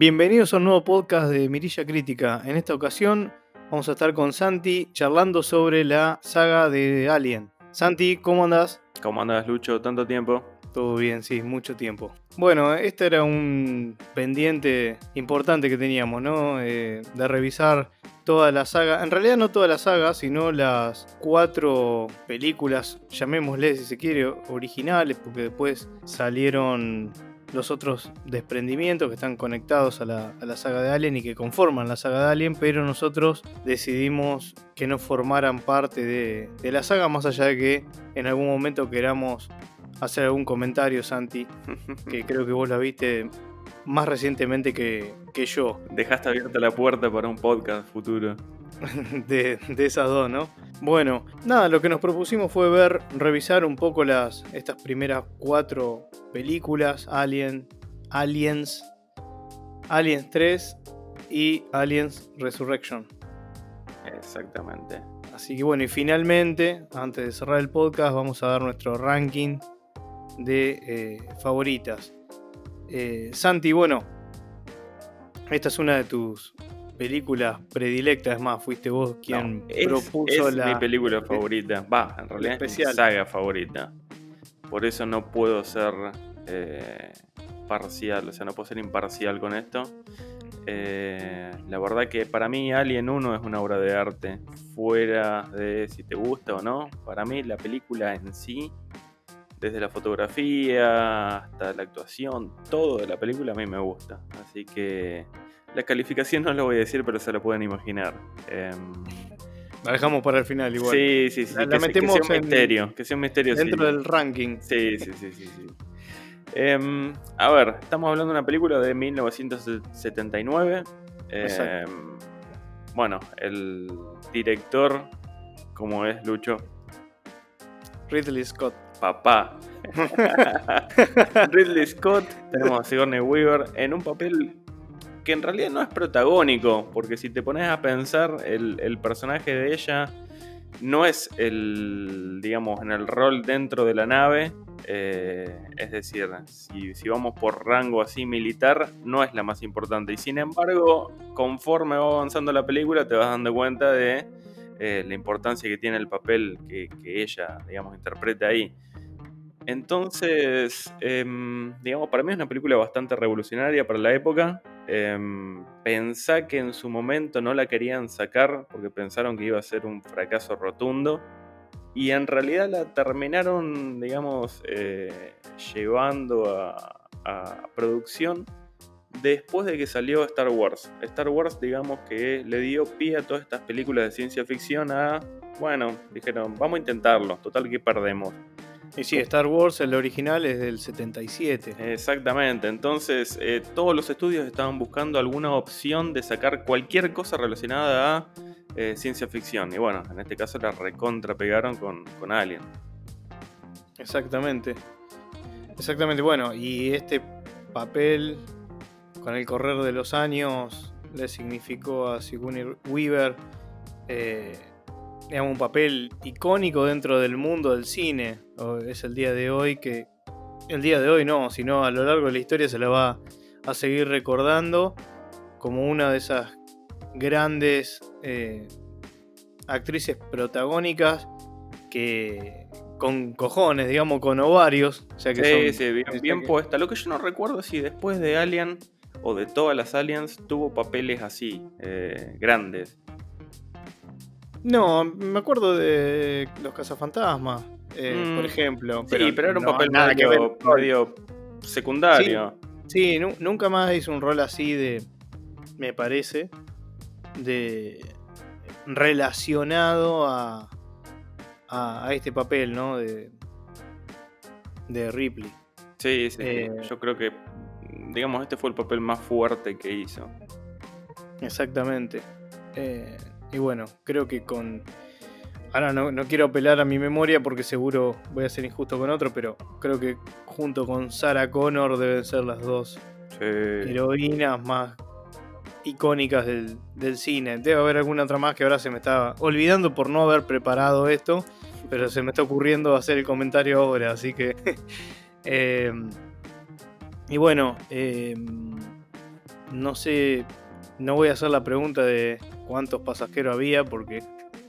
Bienvenidos a un nuevo podcast de Mirilla Crítica. En esta ocasión vamos a estar con Santi charlando sobre la saga de Alien. Santi, ¿cómo andás? ¿Cómo andás, Lucho? ¿Tanto tiempo? Todo bien, sí, mucho tiempo. Bueno, este era un pendiente importante que teníamos, ¿no? De revisar toda la saga. En realidad no toda la saga, sino las 4 películas, llamémosle si se quiere, originales, porque después salieron los otros desprendimientos que están conectados a la saga de Alien y que conforman la saga de Alien, pero nosotros decidimos que no formaran parte de la saga, más allá de que en algún momento queramos hacer algún comentario, Santi, que creo que vos la viste más recientemente que yo. Dejaste abierta la puerta para un podcast futuro. de esas dos, ¿no? Bueno, nada, lo que nos propusimos fue revisar un poco estas primeras 4 películas, Aliens 3 y Aliens Resurrection. Exactamente. Así que bueno, y finalmente, antes de cerrar el podcast, vamos a dar nuestro ranking de favoritas. Santi, bueno, esta es una de tus películas predilectas, es más, fuiste vos quien propuso es mi película favorita. En realidad es mi saga favorita. Por eso no puedo ser parcial, o sea, no puedo ser imparcial con esto. La verdad que para mí Alien 1 es una obra de arte. Fuera de si te gusta o no, para mí la película en sí, desde la fotografía hasta la actuación, todo de la película a mí me gusta. Así que la calificación no lo voy a decir, pero se lo pueden imaginar. La dejamos para el final igual. Sí. La metemos que sea un misterio dentro del ranking. Sí. A ver, estamos hablando de una película de 1979. Bueno, el director, ¿cómo es, Lucho? Ridley Scott. Papá. Ridley Scott. Tenemos a Sigourney Weaver en un papel que en realidad no es protagónico, porque si te pones a pensar, el personaje de ella no es digamos, en el rol dentro de la nave. Es decir, si vamos por rango así militar, no es la más importante. Y sin embargo, conforme va avanzando la película, te vas dando cuenta de la importancia que tiene el papel que ella, digamos, interpreta ahí. Entonces, digamos, para mí es una película bastante revolucionaria para la época. Pensá que en su momento no la querían sacar porque pensaron que iba a ser un fracaso rotundo. Y en realidad la terminaron, digamos, llevando a producción después de que salió Star Wars. Star Wars, digamos, que le dio pie a todas estas películas de ciencia ficción bueno, dijeron, vamos a intentarlo, total que perdemos. Y sí, Star Wars, el original, es del 77. Exactamente, entonces todos los estudios estaban buscando alguna opción de sacar cualquier cosa relacionada a ciencia ficción. Y bueno, en este caso la recontra pegaron con Alien. Exactamente, bueno, y este papel, con el correr de los años, le significó a Sigourney Weaver digamos, un papel icónico dentro del mundo del cine. Es el día de hoy que... El día de hoy no, sino a lo largo de la historia se la va a seguir recordando como una de esas grandes actrices protagónicas que con cojones, digamos, con ovarios. O sea que bien puesta. Lo que yo no recuerdo es si después de Alien o de todas las Aliens tuvo papeles así, grandes. No, me acuerdo de Los Cazafantasmas, por ejemplo. Pero era un papel medio secundario. Sí, nunca más hizo un rol así me parece, relacionado a este papel, ¿no? De Ripley. Sí. Yo creo que, digamos, este fue el papel más fuerte que hizo. Exactamente. Y bueno, creo que ahora no quiero apelar a mi memoria porque seguro voy a ser injusto con otro, pero creo que junto con Sarah Connor deben ser las dos heroínas más icónicas del cine. Debe haber alguna otra más que ahora se me está olvidando por no haber preparado esto, pero se me está ocurriendo hacer el comentario ahora, así que... y bueno... No sé, no voy a hacer la pregunta de cuántos pasajeros había porque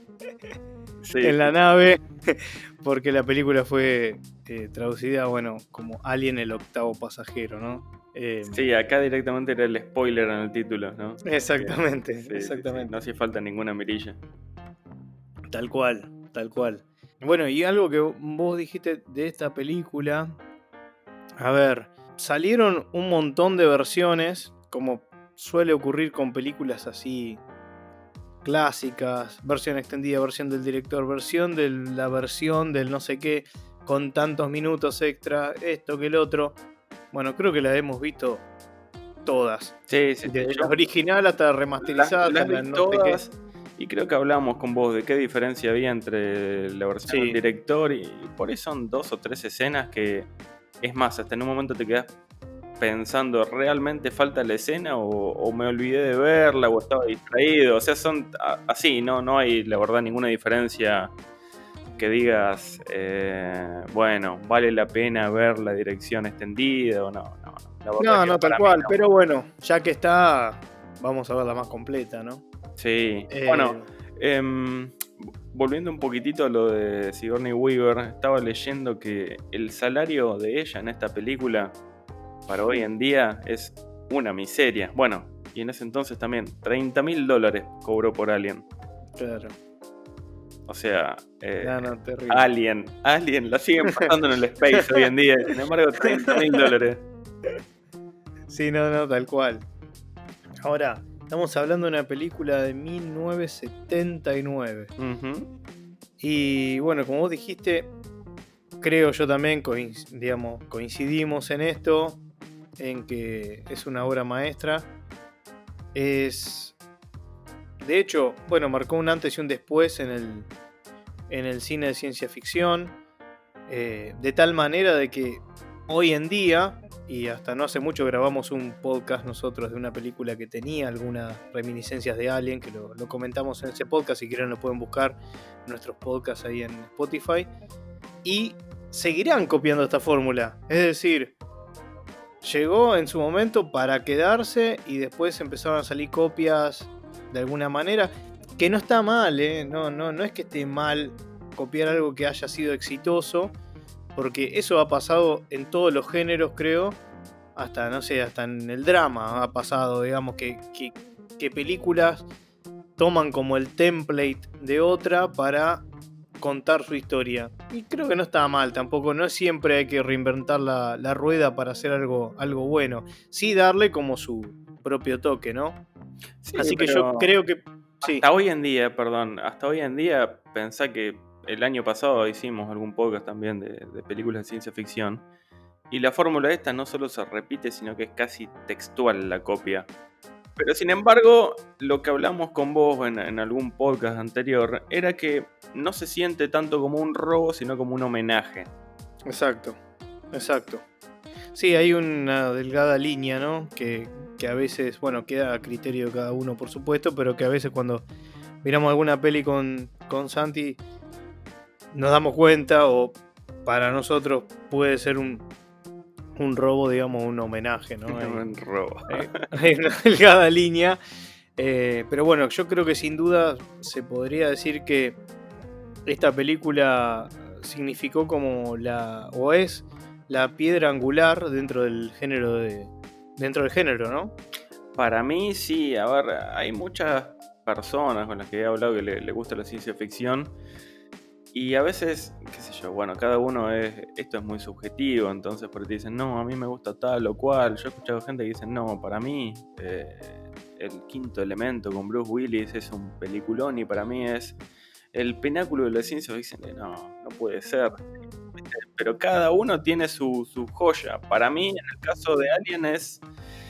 Sí, en la nave, porque la película fue traducida, bueno, como Alien el octavo pasajero, ¿no? sí, acá directamente era el spoiler en el título, ¿no? Exactamente, Sí, sí, sí, no exactamente. hacía falta ninguna mirilla. Tal cual, tal cual. Bueno, y algo que vos dijiste de esta película, a ver, salieron un montón de versiones, como suele ocurrir con películas así clásicas, versión extendida, versión del director, versión de la versión del no sé qué, con tantos minutos extra, esto que el otro. Bueno, creo que las hemos visto todas. Sí, sí, sí. Desde la Yo original hasta la remasterizada, hasta las la vi no sé qué. todas y creo que hablamos con vos de qué diferencia había entre la versión del Sí, director y por ahí son 2 o 3 escenas que, es más, hasta en un momento te quedás pensando, ¿realmente falta la escena o me olvidé de verla o estaba distraído? O sea, son así, no hay la verdad ninguna diferencia que digas, bueno, vale la pena ver la dirección extendida o no. La verdad no, que no, tal para mí cual, no. pero bueno, ya que está, vamos a verla más completa, ¿no? Sí, Eh, bueno, em, volviendo un poquitito a lo de Sigourney Weaver, estaba leyendo que el salario de ella en esta película para hoy en día es una miseria. Bueno, y en ese entonces también, $30.000 cobró por Alien. claro, O sea, no, no, terrible. Alien, la siguen pasando en el Space hoy en día, y sin embargo, $30.000. Sí, no, no, tal cual. Ahora, estamos hablando de una película de 1979. Ujú. Y bueno, como vos dijiste, creo yo también, digamos, coincidimos en esto, en que es una obra maestra. Es, de hecho, bueno, marcó un antes y un después en el cine de ciencia ficción, de tal manera de que hoy en día, y hasta no hace mucho grabamos un podcast nosotros de una película que tenía algunas reminiscencias de Alien, que lo comentamos en ese podcast, si quieren lo pueden buscar en nuestros podcasts ahí en Spotify, y seguirán copiando esta fórmula, es decir, llegó en su momento para quedarse y después empezaron a salir copias de alguna manera, que no está mal, no es que esté mal copiar algo que haya sido exitoso, porque eso ha pasado en todos los géneros, creo, hasta, no sé, hasta en el drama ha pasado, digamos, que películas toman como el template de otra para contar su historia. Y creo que no está mal tampoco, no siempre hay que reinventar la rueda para hacer algo bueno, sí darle como su propio toque, ¿no? Sí, Así que yo pero creo que sí, hasta hoy en día, perdón, hasta hoy en día pensá que el año pasado hicimos algún podcast también de películas de ciencia ficción y la fórmula esta no solo se repite, sino que es casi textual la copia. Pero sin embargo, lo que hablamos con vos en algún podcast anterior era que no se siente tanto como un robo, sino como un homenaje. exacto, exacto. Sí, hay una delgada línea, ¿no? Que a veces, bueno, queda a criterio de cada uno, por supuesto, pero que a veces cuando miramos alguna peli con Santi nos damos cuenta, o para nosotros puede ser un robo, digamos, un homenaje, ¿no? Un robo. Hay una delgada línea, pero bueno, yo creo que sin duda se podría decir que esta película significó como o es la piedra angular dentro del género, ¿no? Para mí sí, a ver, hay muchas personas con las que he hablado que le gusta la ciencia ficción y a veces, qué sé yo, bueno, cada uno esto es muy subjetivo, entonces por ahí te dicen, no, a mí me gusta tal o cual. Yo he escuchado gente que dice, no, para mí El Quinto Elemento con Bruce Willis es un peliculón y para mí es el pináculo de la ciencia ficción. No puede ser. Pero cada uno tiene su joya. Para mí, en el caso de Alien es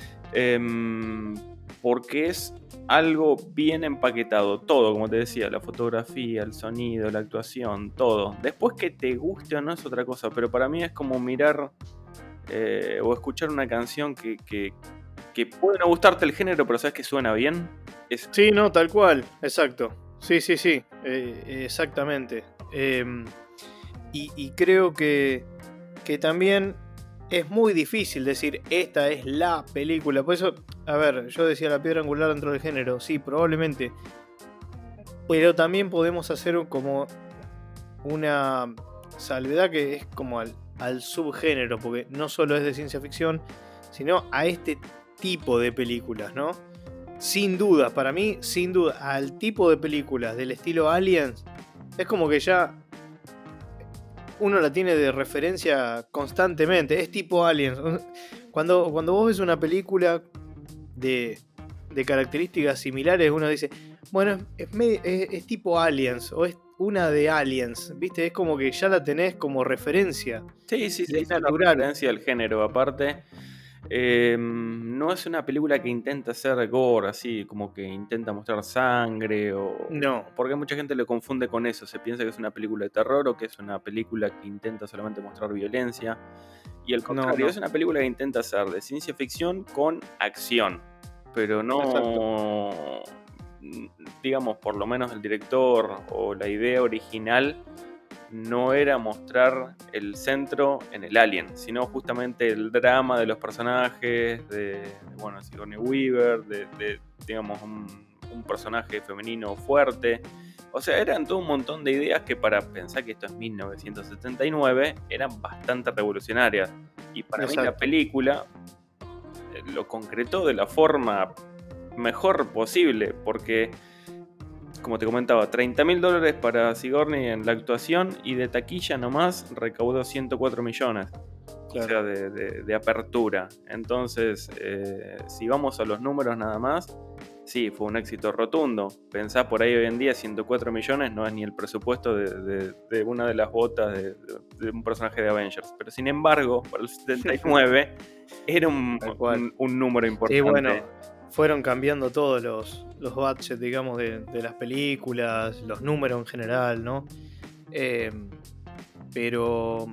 porque es algo bien empaquetado, todo, como te decía, la fotografía, el sonido, la actuación, todo. Después que te guste o no es otra cosa, pero para mí es como mirar o escuchar una canción que puede no gustarte el género, pero sabes que suena bien. Sí, no, tal cual, exacto. Sí, sí, sí, exactamente. Y creo que también es muy difícil decir esta es la película. Por eso a ver, yo decía la piedra angular dentro del género, sí, probablemente. Pero también podemos hacer como una salvedad que es como al subgénero, porque no solo es de ciencia ficción, sino a este tipo de películas, ¿no? Sin duda, para mí, sin duda, al tipo de películas del estilo Aliens, es como que ya uno la tiene de referencia constantemente, es tipo Aliens. Cuando vos ves una película de características similares, uno dice, bueno, es tipo Aliens, o es una de Aliens, ¿viste? Es como que ya la tenés como referencia. Sí, Y es es una natural. referencia al género, aparte. No es una película que intenta hacer gore, así, como que intenta mostrar sangre, No, porque mucha gente lo confunde con eso, se piensa que es una película de terror o que es una película que intenta solamente mostrar violencia, y al contrario, no. es una película que intenta hacer de ciencia ficción con acción, pero Exacto. no, digamos, por lo menos el director o la idea original no era mostrar el centro en el alien, sino justamente el drama de los personajes, bueno, Sigourney Weaver, digamos, un personaje femenino fuerte. O sea, eran todo un montón de ideas que, para pensar que esto es 1979, eran bastante revolucionarias. Y para mí la Exacto. película lo concretó de la forma mejor posible, porque, como te comentaba, $30.000 para Sigourney en la actuación, y de taquilla nomás recaudó 104 millones. O Claro. sea, de apertura. Entonces, si vamos a los números nada más, sí, fue un éxito rotundo. Pensá por ahí hoy en día, 104 millones no es ni el presupuesto de una de las botas de un personaje de Avengers. Pero sin embargo, para el 79 era Tal cual. un número Sí, bueno, importante. fueron cambiando todos los budgets, digamos, de las películas, los números en general, ¿no? Eh, pero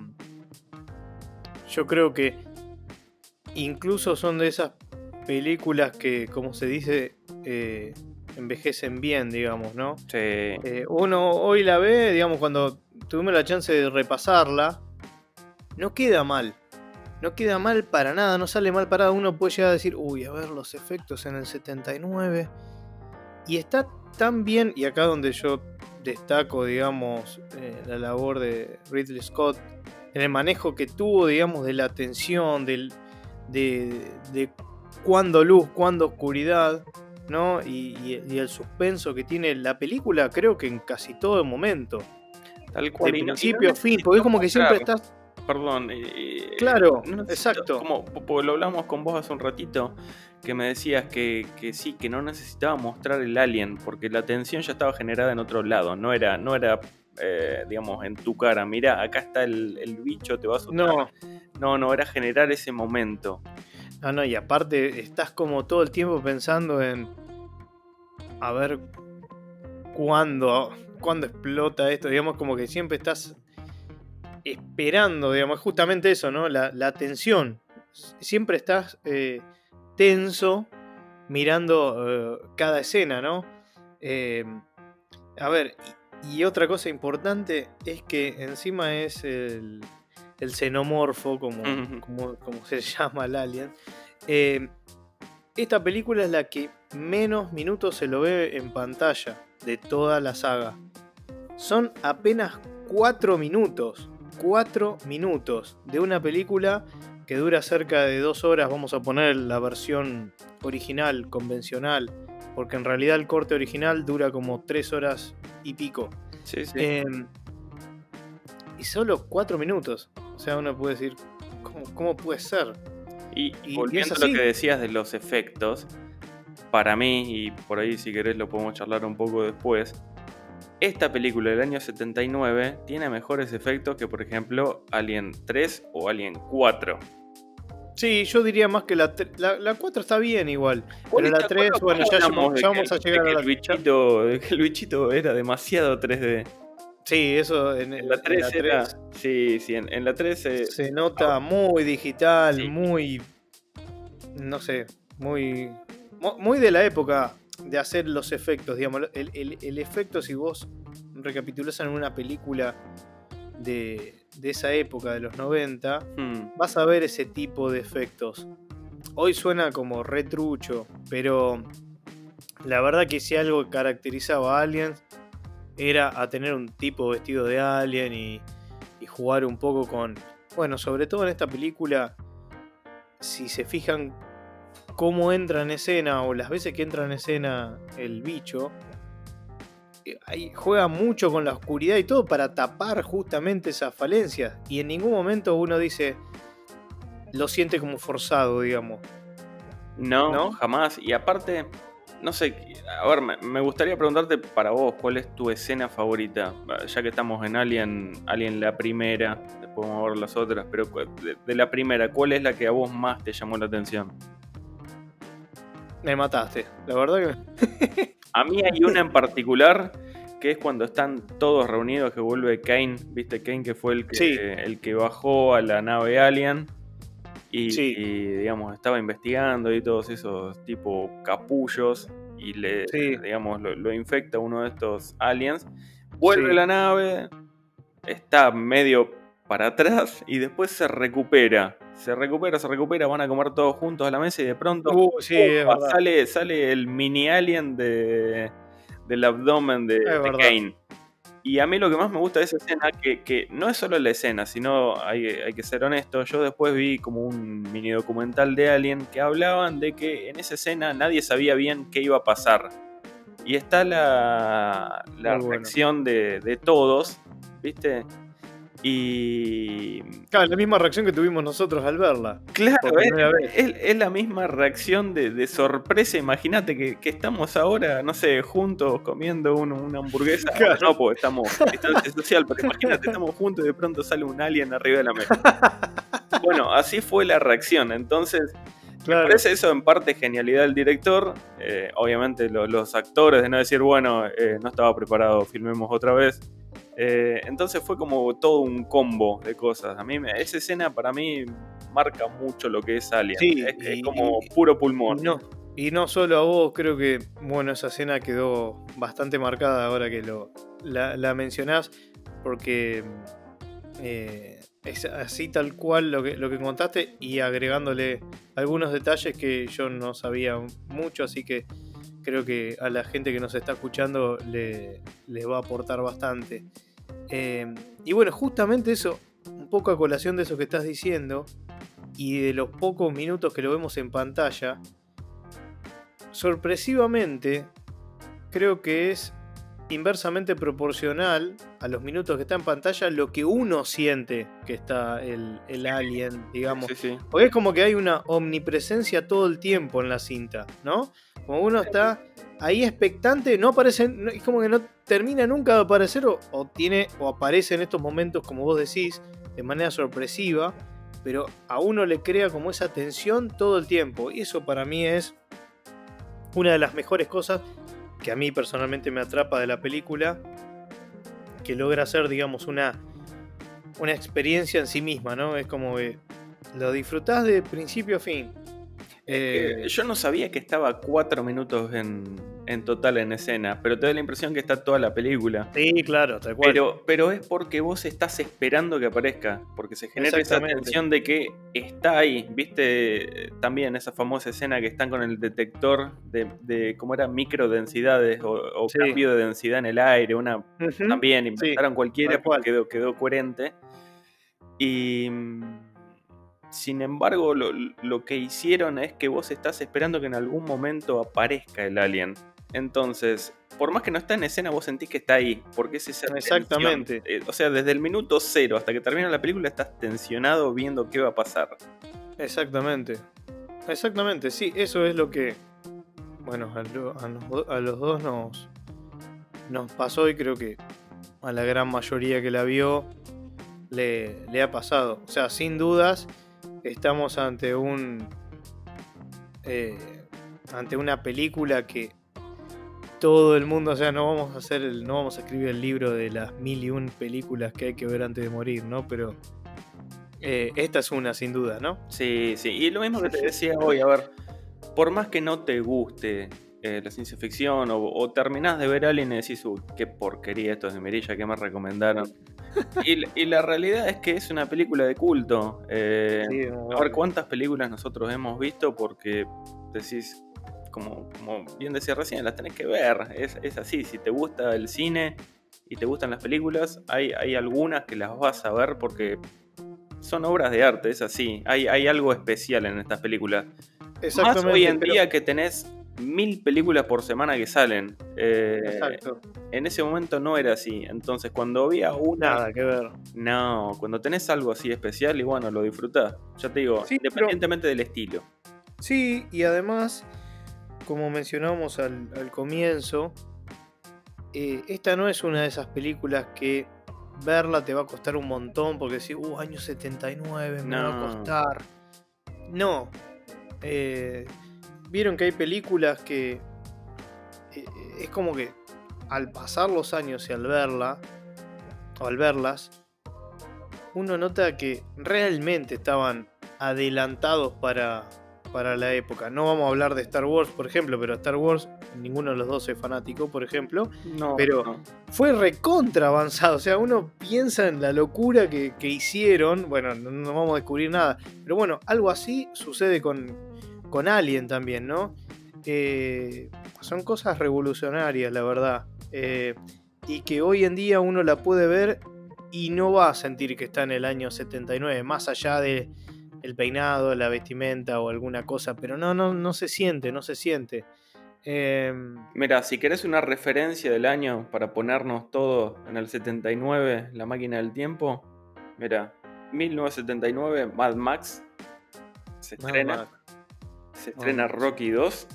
yo creo que incluso son de esas películas que, como se dice, envejecen bien, digamos, ¿no? Sí. Uno hoy la ve, digamos, cuando tuvimos la chance de repasarla, no queda mal. No queda mal para nada, no sale mal parado. Uno puede llegar a decir, uy, a ver los efectos en el 79. Y está tan bien, y acá donde yo destaco, digamos, la labor de Ridley Scott, en el manejo que tuvo, digamos, de la tensión, de cuándo luz, cuándo oscuridad, ¿no? Y el suspenso que tiene la película, creo que en casi todo momento. Tal De cual, y no principio a fin, porque es necesitó como que siempre mostrar, estás. perdón, Claro, no necesito, exacto. como porque lo hablamos con vos hace un ratito, que me decías que sí, que no necesitaba mostrar el alien, porque la tensión ya estaba generada en otro lado, no era digamos, en tu cara, mira, acá está el bicho, te va a asustar. No, No, era generar ese momento. no, y aparte estás como todo el tiempo pensando en a ver cuándo explota esto, digamos, como que siempre estás esperando, digamos, justamente eso, ¿no? La tensión. Siempre estás tenso mirando cada escena, ¿no? Eh, a ver, y otra cosa importante es que encima es el xenomorfo, como se llama el alien. Eh, Esta película es la que menos minutos se lo ve en pantalla de toda la saga. Son apenas 4 minutos. 4 minutos de una película que dura cerca de 2 horas. Vamos a poner la versión original, convencional, porque en realidad el corte original dura como 3 horas y pico. Sí, sí. Y solo 4 minutos. O sea, uno puede decir, ¿cómo puede ser? Y es Volviendo a lo así. que decías de los efectos, para mí, y por ahí si querés lo podemos charlar un poco después, esta película del año 79 tiene mejores efectos que, por ejemplo, Alien 3 o Alien 4. Sí, yo diría más que la 4 está bien igual. ¿Cuál Pero la está? 3, ¿Cuándo bueno, ya hablamos vamos a de llegar que a el la. bichito, de que el bichito era demasiado 3D? Sí, eso En la en la 3 era. 3 Sí, en la 3. se nota muy digital, Sí, muy. No sé, muy de la época de hacer los efectos. Digamos, el efecto, si vos recapitulás en una película de esa época, de los 90, vas a ver ese tipo de efectos. hoy suena como retrucho, pero la verdad que si algo caracterizaba a Aliens era a tener un tipo vestido de alien y jugar un poco con... Bueno, sobre todo en esta película, si se fijan cómo entra en escena o las veces que entra en escena el bicho, ahí juega mucho con la oscuridad y todo para tapar justamente esas falencias. Y en ningún momento uno dice, lo siente como forzado, digamos. No, jamás. Y aparte, no sé, a ver, me gustaría preguntarte para vos, ¿cuál es tu escena favorita? Ya que estamos en Alien la primera, después vamos a ver las otras, pero de la primera, ¿cuál es la que a vos más te llamó la atención? Me mataste, la verdad que... A mí hay una en particular que es cuando están todos reunidos, que vuelve Kane, ¿viste? Kane que fue el que bajó a la nave Alien y, digamos, estaba investigando y todos esos tipo capullos y digamos, lo infecta uno de estos aliens. Vuelve la nave, está medio para atrás y después se recupera, van a comer todos juntos a la mesa y de pronto sale el mini alien del abdomen de Kane. Y a mí lo que más me gusta de esa escena, que no es solo la escena, sino hay que ser honesto, yo después vi como un mini documental de Alien que hablaban de que en esa escena nadie sabía bien qué iba a pasar. Y está la reacción de todos, ¿viste? Y... Claro, la misma reacción que tuvimos nosotros al verla. Claro, es la misma reacción de sorpresa. Imagínate que estamos ahora, no sé, juntos comiendo una hamburguesa. Claro. No, porque estamos en distancia social, pero imagínate, estamos juntos y de pronto sale un alien arriba de la mesa. Bueno, así fue la reacción. Entonces, claro, me parece eso en parte genialidad del director. Obviamente los actores de no decir, bueno, no estaba preparado, filmemos otra vez. Entonces fue como todo un combo de cosas. A mí esa escena para mí marca mucho lo que es Alien. Sí, es como puro pulmón. Y no solo a vos, creo que bueno, esa escena quedó bastante marcada ahora que la mencionás, porque es así tal cual lo que contaste y agregándole algunos detalles que yo no sabía mucho, así que creo que a la gente que nos está escuchando les va a aportar bastante. Y bueno, justamente eso, un poco a colación de eso que estás diciendo y de los pocos minutos que lo vemos en pantalla, sorpresivamente creo que es inversamente proporcional a los minutos que está en pantalla lo que uno siente que está el alien, digamos. Sí. Porque es como que hay una omnipresencia todo el tiempo en la cinta, ¿no? Como uno está ahí expectante, no aparece, es como que no termina nunca de aparecer o aparece en estos momentos, como vos decís, de manera sorpresiva, pero a uno le crea como esa tensión todo el tiempo. Y eso para mí es una de las mejores cosas que a mí personalmente me atrapa de la película, que logra ser, digamos, una experiencia en sí misma, ¿no? Es como que lo disfrutás de principio a fin. Yo no sabía que estaba 4 minutos en total en escena, pero te da la impresión que está toda la película. Sí, claro, tal cual. Pero es porque vos estás esperando que aparezca, porque se genera esa tensión de que está ahí. ¿Viste también esa famosa escena que están con el detector de cómo era microdensidades o cambio de densidad en el aire? También inventaron cualquiera porque quedó coherente. Y... sin embargo, lo que hicieron es que vos estás esperando que en algún momento aparezca el alien. Entonces, por más que no está en escena, vos sentís que está ahí. Porque es esa exactamente. O sea, desde el minuto 0 hasta que termina la película estás tensionado viendo qué va a pasar. Exactamente. Exactamente, sí. Eso es lo que, bueno, a los dos nos pasó y creo que a la gran mayoría que la vio le ha pasado. O sea, sin dudas... estamos ante ante una película que todo el mundo, o sea, no vamos a escribir el libro de las 1001 películas que hay que ver antes de morir, ¿no? Pero esta es una, sin duda, ¿no? Sí, y lo mismo que te decía hoy, a ver, por más que no te guste la ciencia ficción, o terminás de ver Alien y decís, qué porquería esto de Mirilla, ¿qué me recomendaron? Y la realidad es que es una película de culto. Sí, A ver cuántas películas nosotros hemos visto porque decís, como bien decía recién, las tenés que ver. Es así, si te gusta el cine y te gustan las películas, hay algunas que las vas a ver porque son obras de arte, es así. Hay algo especial en estas películas. Más hoy en día que tenés 1000 películas por semana que salen. Exacto. En ese momento no era así. Entonces, cuando había una. Nada que ver. No, cuando tenés algo así especial, y bueno, lo disfrutás. Ya te digo, Sí, independientemente del estilo. Sí, y además, como mencionábamos al comienzo, esta no es una de esas películas que verla te va a costar un montón porque decís, año 79 me va a costar. No. Vieron que hay películas que es como que al pasar los años y al verla, o al verlas, uno nota que realmente estaban adelantados para la época. No vamos a hablar de Star Wars, por ejemplo, pero Star Wars, ninguno de los dos es fanático, por ejemplo. Pero fue recontra avanzado. O sea, uno piensa en la locura que hicieron. Bueno, no vamos a descubrir nada. Pero bueno, algo así sucede con Alien también, ¿no? Son cosas revolucionarias, la verdad. Y que hoy en día uno la puede ver y no va a sentir que está en el año 79, más allá de el peinado, la vestimenta o alguna cosa, pero no se siente. Mira, si querés una referencia del año para ponernos todos en el 79, la máquina del tiempo, mira, 1979, Mad Max se estrena. Se estrena Rocky 2.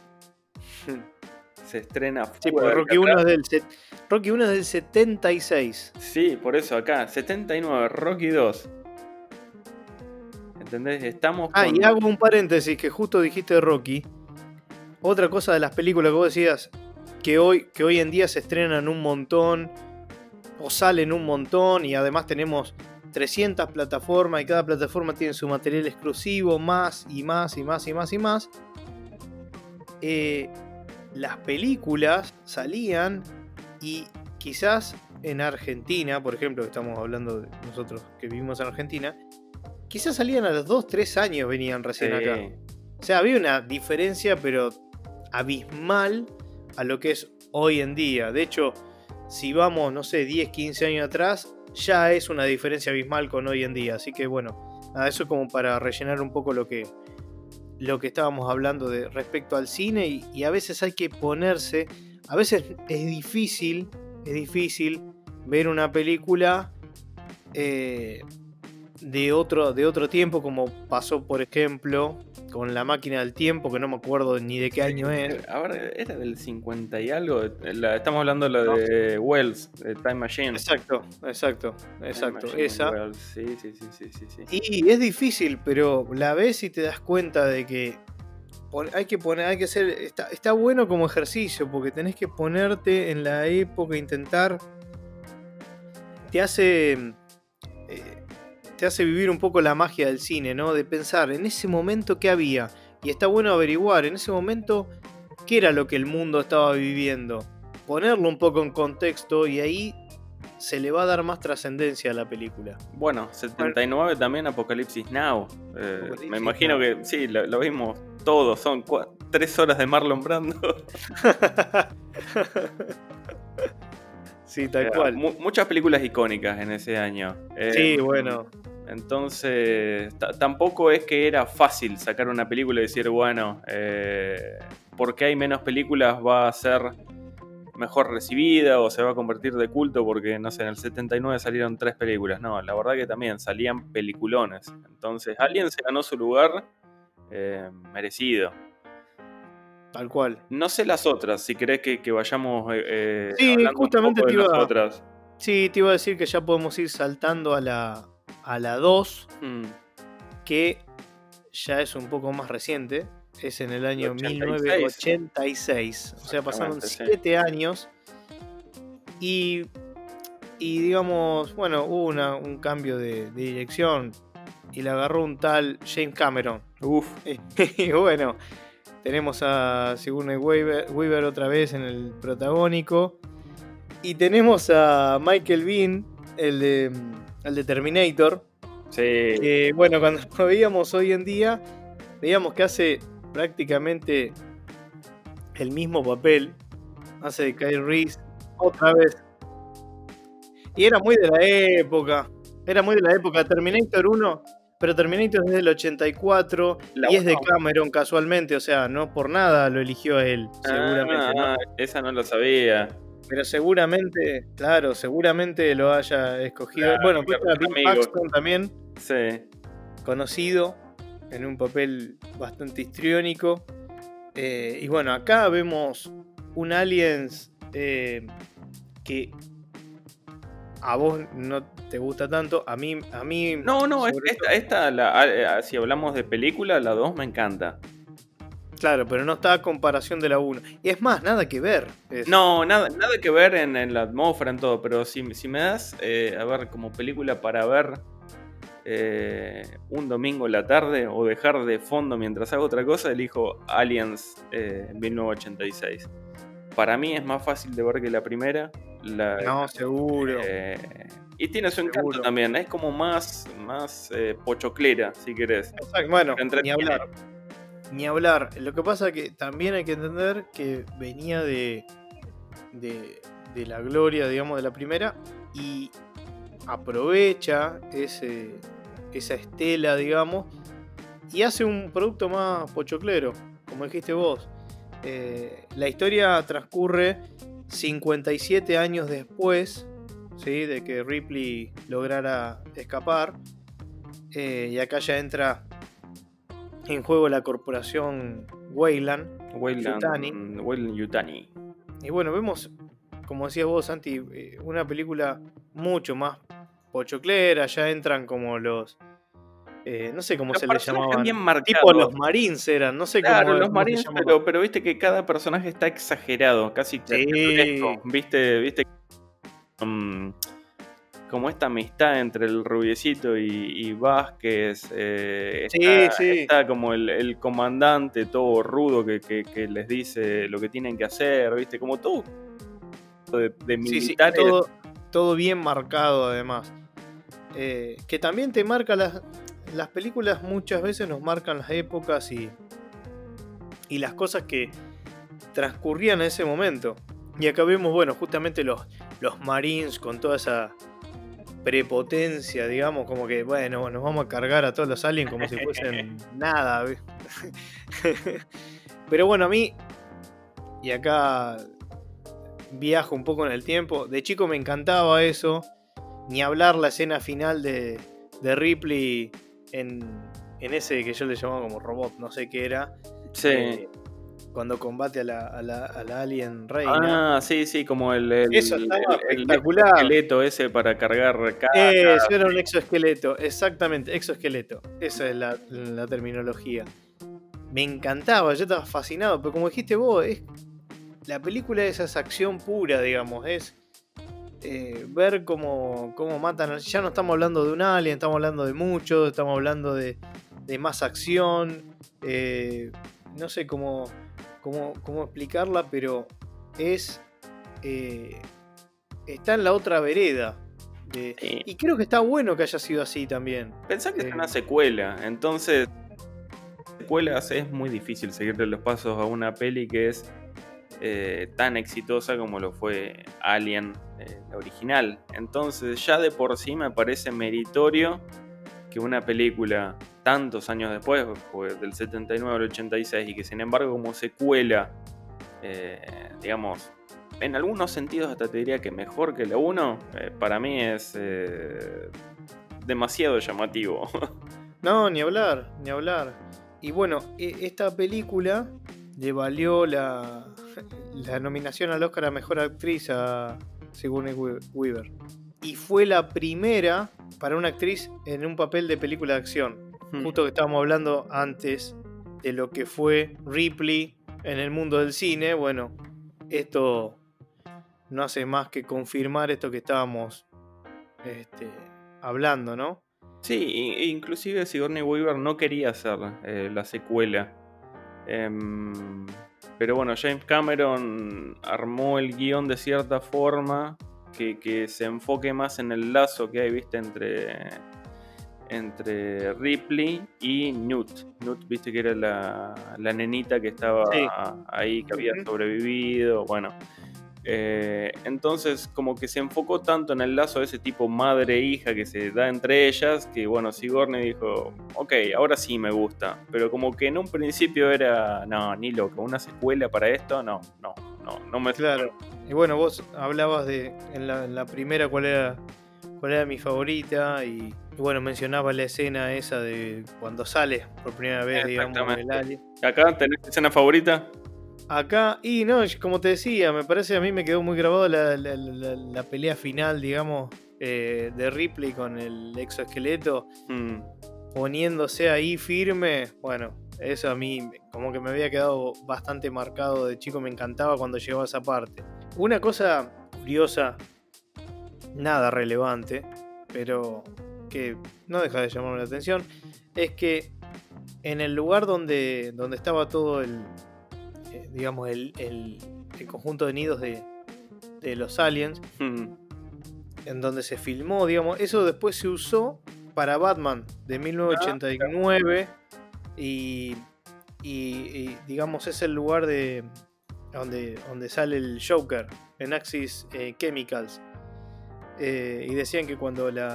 Se estrena. Sí, porque Rocky 1 es del 76. Sí, por eso acá, 79, Rocky 2. ¿Entendés? Estamos con... y hago un paréntesis que justo dijiste de Rocky. Otra cosa de las películas que vos decías, que hoy en día se estrenan un montón, o salen un montón, y además tenemos 300 plataformas, y cada plataforma tiene su material exclusivo, más y más y más y más y más. Las películas salían y quizás en Argentina, por ejemplo, que estamos hablando de nosotros que vivimos en Argentina, quizás salían a los 2-3 años, venían recién acá. O sea, había una diferencia, pero abismal a lo que es hoy en día. De hecho, si vamos, no sé, 10-15 años atrás, ya es una diferencia abismal con hoy en día. Así que bueno, nada, eso es como para rellenar un poco lo que estábamos hablando de respecto al cine. Y a veces hay que ponerse, a veces es difícil ver una película de otro tiempo, como pasó por ejemplo con La Máquina del Tiempo, que no me acuerdo ni de qué año es. Ahora era del 50 y algo. Estamos hablando de la de Wells, de Time Machine. Exacto. Machine, esa. Wells. Sí. Y es difícil, pero la ves y te das cuenta de que hay que hacer. Está bueno como ejercicio, porque tenés que ponerte en la época, intentar. Te hace vivir un poco la magia del cine, ¿no? De pensar en ese momento qué había. Y está bueno averiguar en ese momento qué era lo que el mundo estaba viviendo. Ponerlo un poco en contexto y ahí se le va a dar más trascendencia a la película. Bueno, 79 también Apocalipsis Now. Me imagino que sí, lo vimos todos. Son 3 horas de Marlon Brando. Sí, tal cual. Muchas películas icónicas en ese año. Sí, bueno. Entonces, tampoco es que era fácil sacar una película y decir, bueno, porque hay menos películas va a ser mejor recibida o se va a convertir de culto porque, no sé, en el 79 salieron 3 películas. No, la verdad que también salían peliculones. Entonces, Alien se ganó su lugar merecido. Tal cual. No sé las otras, si querés que vayamos sí, hablando justamente un poco de las otras. Sí, te iba a decir que ya podemos ir saltando a la 2, que ya es un poco más reciente. Es en el año 1986. O sea, pasaron 7 años. Y digamos, bueno, hubo un cambio de dirección. Y la agarró un tal James Cameron. Uf. Y bueno, Tenemos a Sigourney Weaver otra vez en el protagónico. Y tenemos a Michael Biehn, el de Terminator. Sí. Que bueno, cuando lo veíamos hoy en día, veíamos que hace prácticamente el mismo papel. Hace de Kyle Reese otra vez. Y era muy de la época. Era muy de la época. Terminator 1. Pero Terminator es del 84 y es de Cameron casualmente, o sea, no por nada lo eligió él, seguramente, ¿no? Esa no lo sabía. Pero seguramente, claro, seguramente lo haya escogido. Claro, bueno, pues está Bill Paxton también, sí, conocido en un papel bastante histriónico. Y bueno, acá vemos un Aliens que a vos no te gusta tanto, a mí No, sobre si hablamos de película, la 2 me encanta. Claro, pero no está a comparación de la 1. Y es más, nada que ver. No, nada que ver en la atmósfera, en todo. Pero si me das, a ver, como película para ver un domingo en la tarde o dejar de fondo mientras hago otra cosa, elijo Aliens 1986. Para mí es más fácil de ver que la primera. No, seguro. Y tiene su encanto también. Es como más pochoclera, si querés. Exacto, bueno, ni hablar. Lo que pasa es que también hay que entender que venía de la gloria, digamos, de la primera y aprovecha esa estela, digamos, y hace un producto más pochoclero, como dijiste vos. La historia transcurre 57 años después, ¿sí?, de que Ripley lograra escapar, y acá ya entra en juego la corporación Weyland-Yutani. Y bueno, vemos, como decías vos, Santi, una película mucho más pochoclera. Ya entran como los... no sé cómo se les llamaban. Tipo los Marines eran, no sé claro, cómo. Los Marines, pero viste que cada personaje está exagerado, casi caricaturesco. Viste como esta amistad entre el rubiecito y Vázquez. Está como el comandante todo rudo que les dice lo que tienen que hacer, viste, como todo de militares. Todo bien marcado además. Que también te marca las películas, muchas veces nos marcan las épocas y las cosas que transcurrían en ese momento. Y acá vemos, bueno, justamente los Marines con toda esa prepotencia, digamos, como que, bueno, nos vamos a cargar a todos los aliens como si fuesen nada. Pero bueno, a mí, y acá viajo un poco en el tiempo, de chico me encantaba eso, ni hablar la escena final de Ripley en ese que yo le llamaba como robot, no sé qué era. Sí. Cuando combate a la alien reina. Ah, sí, como el espectacular. ese para cargar cajas. Eso era un exoesqueleto, exactamente, exoesqueleto. Esa es la terminología. Me encantaba, yo estaba fascinado, pero como dijiste vos, la película es esa acción pura, digamos, es ver cómo matan. Ya no estamos hablando de un alien, estamos hablando de muchos, estamos hablando de más acción. No sé cómo explicarla, pero está en la otra vereda. Y creo que está bueno que haya sido así también. Pensá que es una secuela, entonces secuelas es muy difícil seguirle los pasos a una peli que es tan exitosa como lo fue Alien, la original. Entonces ya de por sí me parece meritorio que una película tantos años después, pues del 79 al 86, y que sin embargo como secuela, digamos, en algunos sentidos hasta te diría que mejor que la 1, para mí es demasiado llamativo. No, ni hablar. Y bueno, esta película le valió la nominación al Oscar a Mejor Actriz a Sigourney Weaver. Y fue la primera para una actriz en un papel de película de acción. Justo que estábamos hablando antes de lo que fue Ripley en el mundo del cine. Bueno, esto no hace más que confirmar esto que estábamos hablando, ¿no? Sí, inclusive Sigourney Weaver no quería hacer la secuela. Pero bueno, James Cameron armó el guión de cierta forma que se enfoque más en el lazo que hay, viste, entre Ripley y Newt. Newt, viste que era la nenita que estaba Sí. ahí, que había sobrevivido. Bueno, entonces como que se enfocó tanto en el lazo de ese tipo madre-hija que se da entre ellas, que bueno, Sigourney dijo, ok, ahora sí me gusta, pero como que en un principio era, no, ni loco, una secuela para esto, no me... Claro. Y bueno, vos hablabas de en la primera cuál era mi favorita y bueno, mencionabas la escena esa de cuando sale por primera vez, digamos, el alien. ¿Acá tenés escena favorita? Acá, y no, como te decía, me parece, a mí me quedó muy grabado la pelea final, digamos, de Ripley con el exoesqueleto, poniéndose ahí firme. Bueno, eso a mí como que me había quedado bastante marcado de chico, me encantaba cuando llegaba a esa parte. Una cosa curiosa, nada relevante, pero que no deja de llamarme la atención, es que en el lugar donde estaba todo digamos, el conjunto de nidos de los aliens, en donde se filmó, digamos, eso después se usó para Batman de 1989 y digamos es el lugar donde sale el Joker en Axis Chemicals, y decían que cuando el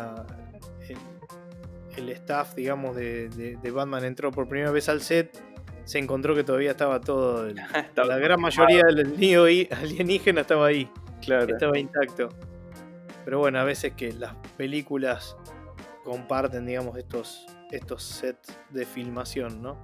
staff, digamos, de Batman entró por primera vez al set, se encontró que todavía estaba todo, la gran mayoría del nido alienígena estaba ahí, claro. Estaba intacto. Pero bueno, a veces que las películas comparten, digamos, estos sets de filmación, ¿no?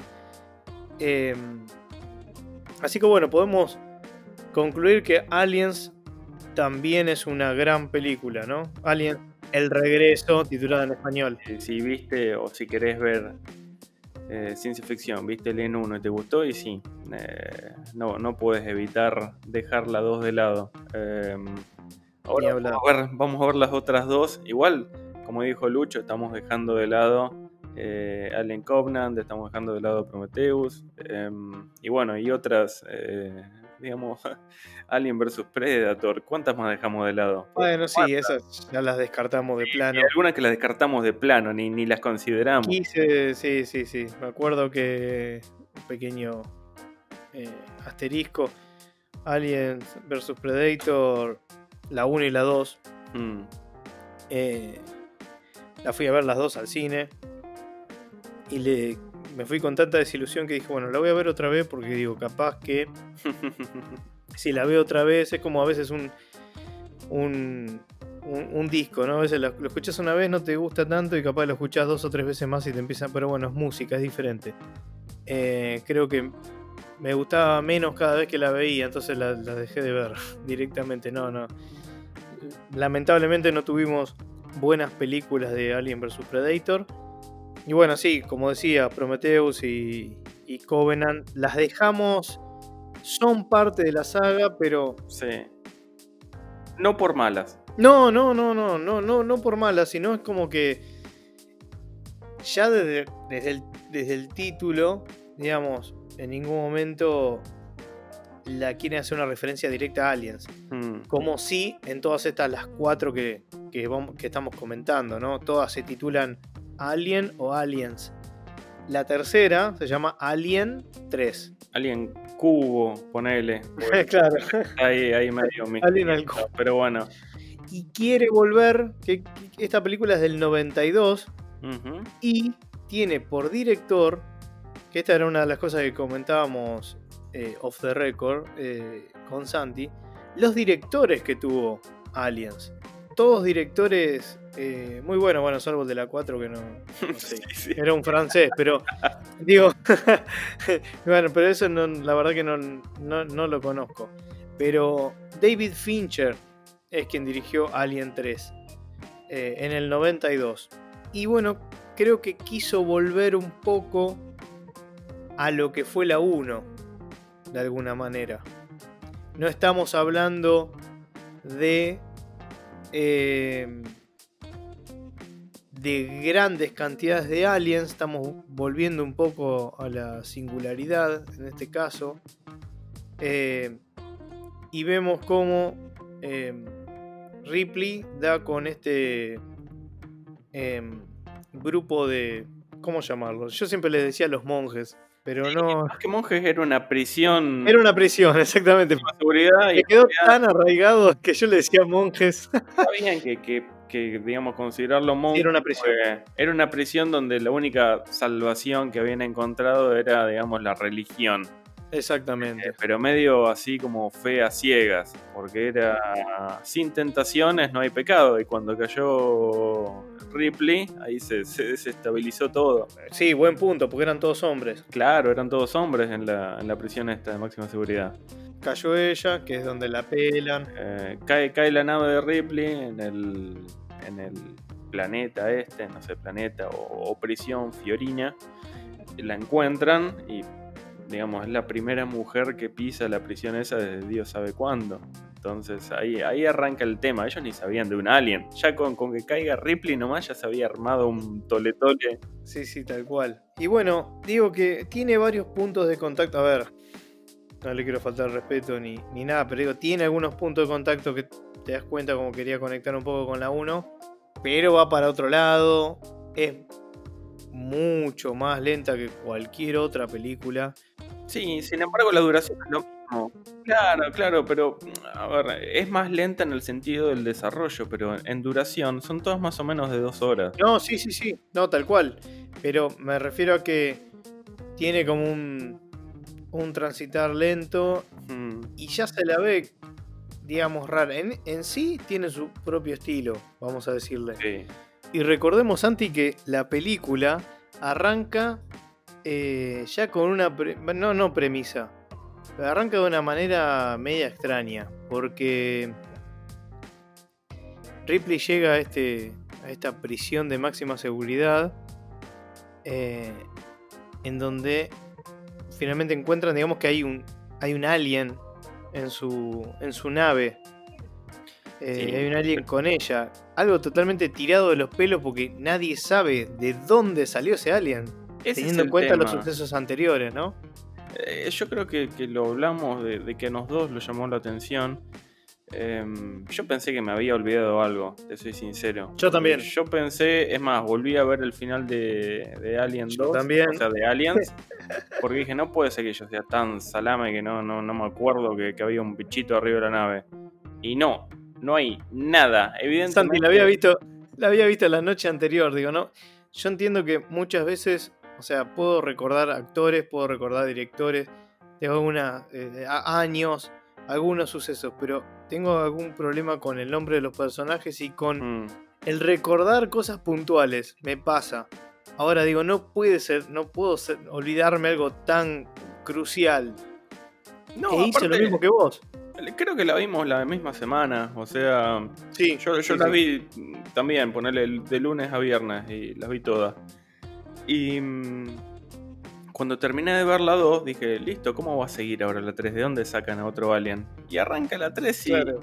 Así que bueno, podemos concluir que Aliens también es una gran película, ¿no? Aliens, El Regreso, titulada en español. Si viste o si querés ver ciencia ficción, viste Alien 1 y te gustó, y sí, no puedes evitar dejar la 2 de lado. Ahora vamos a ver las otras dos. Igual, como dijo Lucho, estamos dejando de lado Alien Covenant, estamos dejando de lado Prometheus, y bueno, y otras, digamos, Alien vs Predator. ¿Cuántas más dejamos de lado? Bueno, sí, esas ya las descartamos de plano. Y algunas que las descartamos de plano, ni las consideramos. Sí. Me acuerdo que un pequeño asterisco, Alien vs Predator, la 1 y la 2. La fui a ver las dos al cine y me fui con tanta desilusión que dije, bueno, la voy a ver otra vez porque digo, capaz que si la veo otra vez es como a veces un disco, ¿no? A veces lo escuchas una vez, no te gusta tanto y capaz lo escuchas 2 o 3 veces más y te empiezan, pero bueno, es música, es diferente. Creo que me gustaba menos cada vez que la veía, entonces la dejé de ver directamente. No. Lamentablemente no tuvimos buenas películas de Alien vs Predator. Y bueno, sí, como decía, Prometheus y Covenant las dejamos, son parte de la saga, pero sí, no por malas. No por malas, sino es como que ya desde el título, digamos, en ningún momento la quieren hacer una referencia directa a Aliens. Como si en todas estas, las 4 que estamos comentando, ¿no? Todas se titulan Alien o Aliens. La tercera se llama Alien 3. Alien Cubo, ponele. Claro. Ahí medio Alien al cubo. Pero bueno. Y quiere volver, que esta película es del 92, y tiene por director, que esta era una de las cosas que comentábamos off the record con Santi, los directores que tuvo Aliens. Todos directores muy buenos, bueno, salvo el de la 4 que no sé, sí. Era un francés, pero digo, bueno, pero eso no, la verdad que no lo conozco. Pero David Fincher es quien dirigió Alien 3 en el 92. Y bueno, creo que quiso volver un poco a lo que fue la 1, de alguna manera. No estamos hablando de de grandes cantidades de aliens. Estamos volviendo un poco a la singularidad en este caso. Y vemos cómo Ripley da con este grupo de... ¿Cómo llamarlo? Yo siempre les decía los monjes, pero no... Más que monjes, era una prisión. Era una prisión, exactamente. De seguridad. Me quedó tan arraigado que yo le decía monjes. Está bien que digamos, considerarlo monjes. Era una prisión. Era una prisión donde la única salvación que habían encontrado era, digamos, la religión. Exactamente. Pero medio así como fe a ciegas, porque era sin tentaciones no hay pecado, y cuando cayó Ripley, ahí se desestabilizó todo. Sí, buen punto, porque eran todos hombres. Claro, eran todos hombres en la prisión esta de máxima seguridad. Cayó ella, que es donde la pelan. Cae la nave de Ripley en el planeta no sé, planeta o prisión Fiorina. La encuentran y, digamos, es la primera mujer que pisa la prisión esa desde Dios sabe cuándo. Entonces ahí arranca el tema. Ellos ni sabían de un alien. Ya con que caiga Ripley nomás ya se había armado un tole-tole. Sí, tal cual. Y bueno, digo que tiene varios puntos de contacto. A ver, no le quiero faltar respeto ni nada, pero digo, tiene algunos puntos de contacto que te das cuenta como quería conectar un poco con la 1, pero va para otro lado. Es mucho más lenta que cualquier otra película. Sí, sin embargo la duración es lo mismo. Claro, pero a ver, es más lenta en el sentido del desarrollo, pero en duración son todas más o menos de 2 horas. No, sí, no, tal cual. Pero me refiero a que tiene como un transitar lento y ya se la ve, digamos, rara. En sí tiene su propio estilo, vamos a decirle. Sí. Y recordemos, Santi, que la película arranca ya con una... no premisa. Arranca de una manera media extraña. Porque Ripley llega a esta prisión de máxima seguridad. En donde finalmente encuentran, digamos, que hay un alien en su nave. Sí. Hay un alien con ella. Algo totalmente tirado de los pelos porque nadie sabe de dónde salió ese alien. Teniendo en cuenta los sucesos anteriores, ¿no? Yo creo que lo hablamos de que a los dos lo llamó la atención. Yo pensé que me había olvidado algo, te soy sincero. Yo también. Yo pensé, es más, volví a ver el final de Alien 2, también. O sea, de Aliens, porque dije, no puede ser que yo sea tan salame que no me acuerdo que había un bichito arriba de la nave. Y no hay nada, evidentemente. Santi, la había visto la noche anterior, digo, ¿no? Yo entiendo que muchas veces, o sea, puedo recordar actores, puedo recordar directores, tengo años, algunos sucesos, pero tengo algún problema con el nombre de los personajes y con el recordar cosas puntuales. Me pasa. Ahora digo, no puedo olvidarme algo tan crucial. No, hice lo mismo que vos. Creo que la vimos la misma semana, o sea, sí, yo las vi también, ponerle de lunes a viernes y las vi todas. Y cuando terminé de ver la 2 dije, listo, ¿cómo va a seguir ahora la 3? ¿De dónde sacan a otro alien? Y arranca la 3 claro.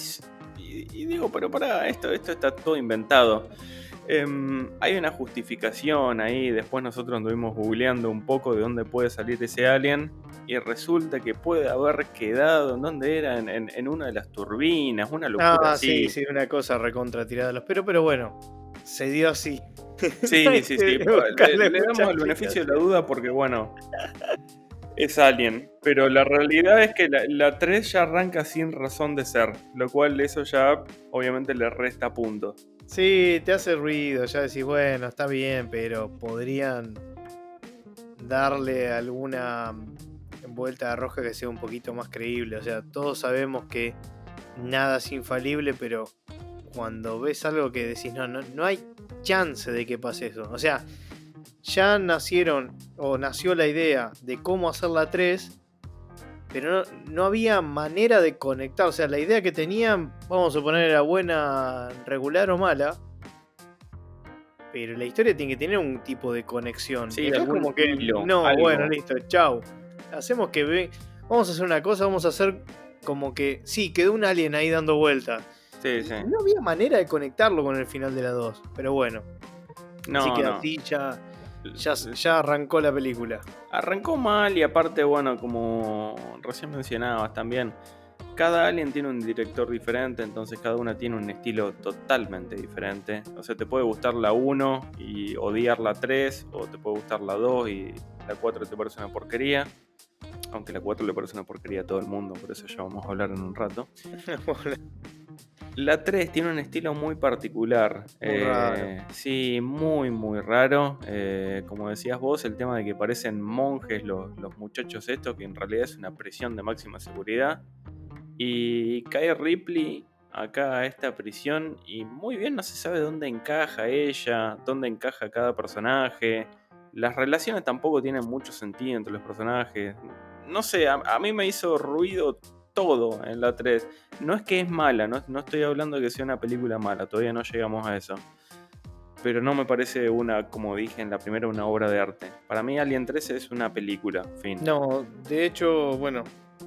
y digo, pero pará, esto está todo inventado. Hay una justificación ahí, después nosotros anduvimos googleando un poco de dónde puede salir ese alien y resulta que puede haber quedado, ¿en dónde era? En una de las turbinas, una locura así. Sí, una cosa recontra tirada de los pelos, pero bueno, se dio así. Sí. Le damos el beneficio de la duda porque, bueno, es Alien. Pero la realidad es que la 3 ya arranca sin razón de ser, lo cual eso ya obviamente le resta puntos. Sí, te hace ruido, ya decís, bueno, está bien, pero podrían darle alguna vuelta de rosca que sea un poquito más creíble. O sea, todos sabemos que nada es infalible, pero cuando ves algo que decís, no hay chance de que pase eso. O sea, ya nació la idea de cómo hacer la 3, pero no había manera de conectar. O sea, la idea que tenían, vamos a suponer, era buena, regular o mala, pero la historia tiene que tener un tipo de conexión. Sí, es como que algo. Bueno, listo, chau. Hacemos que vamos a hacer una cosa, vamos a hacer como que sí, quedó un alien ahí dando vueltas. Sí. No había manera de conectarlo con el final de la 2, pero bueno. Así No, que no. así ya arrancó la película. Arrancó mal y aparte, bueno, como recién mencionabas también, cada alien tiene un director diferente, entonces cada una tiene un estilo totalmente diferente. O sea, te puede gustar la 1 y odiar la 3, o te puede gustar la 2 y la 4 te parece una porquería. Aunque la 4 le parece una porquería a todo el mundo, por eso ya vamos a hablar en un rato. La 3 tiene un estilo muy particular. Muy raro. Sí, muy, muy raro. Como decías vos, el tema de que parecen monjes los muchachos estos, que en realidad es una prisión de máxima seguridad. Y cae Ripley acá a esta prisión y muy bien no se sabe dónde encaja ella, dónde encaja cada personaje. Las relaciones tampoco tienen mucho sentido entre los personajes. No sé, a mí me hizo ruido todo en la 3. No es que es mala, no estoy hablando de que sea una película mala, todavía no llegamos a eso. Pero no me parece una, como dije en la primera, una obra de arte. Para mí Alien 3 es una película, fin. No, de hecho, bueno,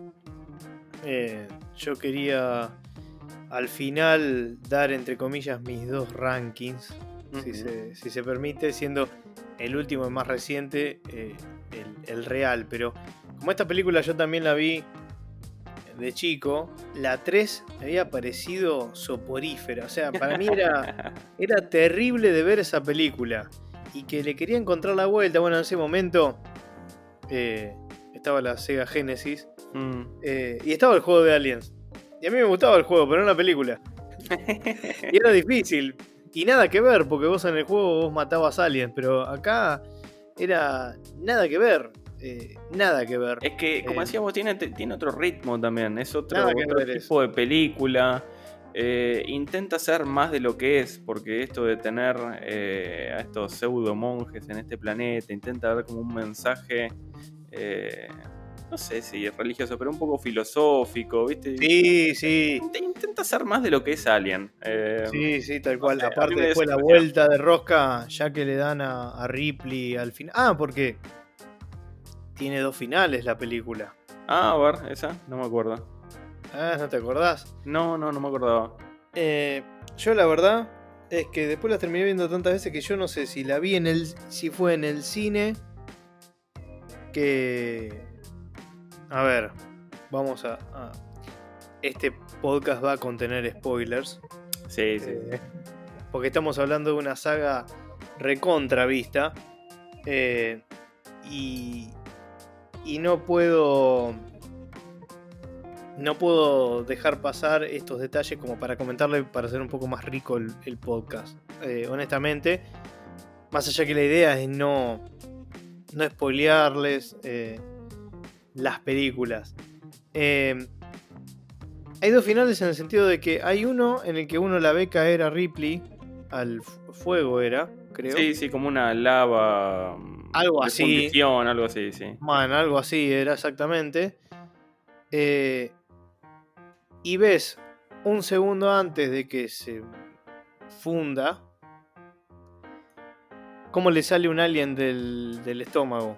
yo quería al final dar entre comillas mis dos rankings, si se permite, siendo el último y más reciente el real. Pero como esta película yo también la vi de chico, la 3 me había parecido soporífera. O sea, para mí era terrible de ver esa película. Y que le quería encontrar la vuelta. Bueno, en ese momento estaba la Sega Genesis. Y estaba el juego de Aliens. Y a mí me gustaba el juego, pero no la película. Y era difícil. Y nada que ver, porque vos en el juego vos matabas aliens. Pero acá era nada que ver. Nada que ver. Es que, como decías vos, tiene otro ritmo también. Es otro Nada que ver tipo de película. Intenta ser más de lo que es, porque esto de tener a estos pseudo monjes en este planeta, intenta dar como un mensaje, no sé si religioso, pero un poco filosófico, ¿viste? Sí. Intenta ser más de lo que es Alien. Sí, tal cual. No sé, a Aparte mí me después la decepcionó. vuelta de rosca, ya que le dan a Ripley al final. Ah, porque tiene dos finales la película. Ah, a ver, esa, no me acuerdo. Ah, ¿no te acordás? No me acordaba. Yo la verdad es que después la terminé viendo tantas veces que yo no sé si la vi si fue en el cine. Que... A ver, vamos a... Este podcast va a contener spoilers. Sí. Porque estamos hablando de una saga recontra vista. Y no puedo dejar pasar estos detalles como para comentarle, para hacer un poco más rico el podcast. Honestamente, más allá que la idea es no spoilearles las películas. Hay dos finales en el sentido de que hay uno en el que uno la ve caer a Ripley al fuego, creo. Sí, como una lava. Algo de así. fundición, algo así, sí. Man, algo así era exactamente. Y ves un segundo antes de que se funda cómo le sale un alien del estómago.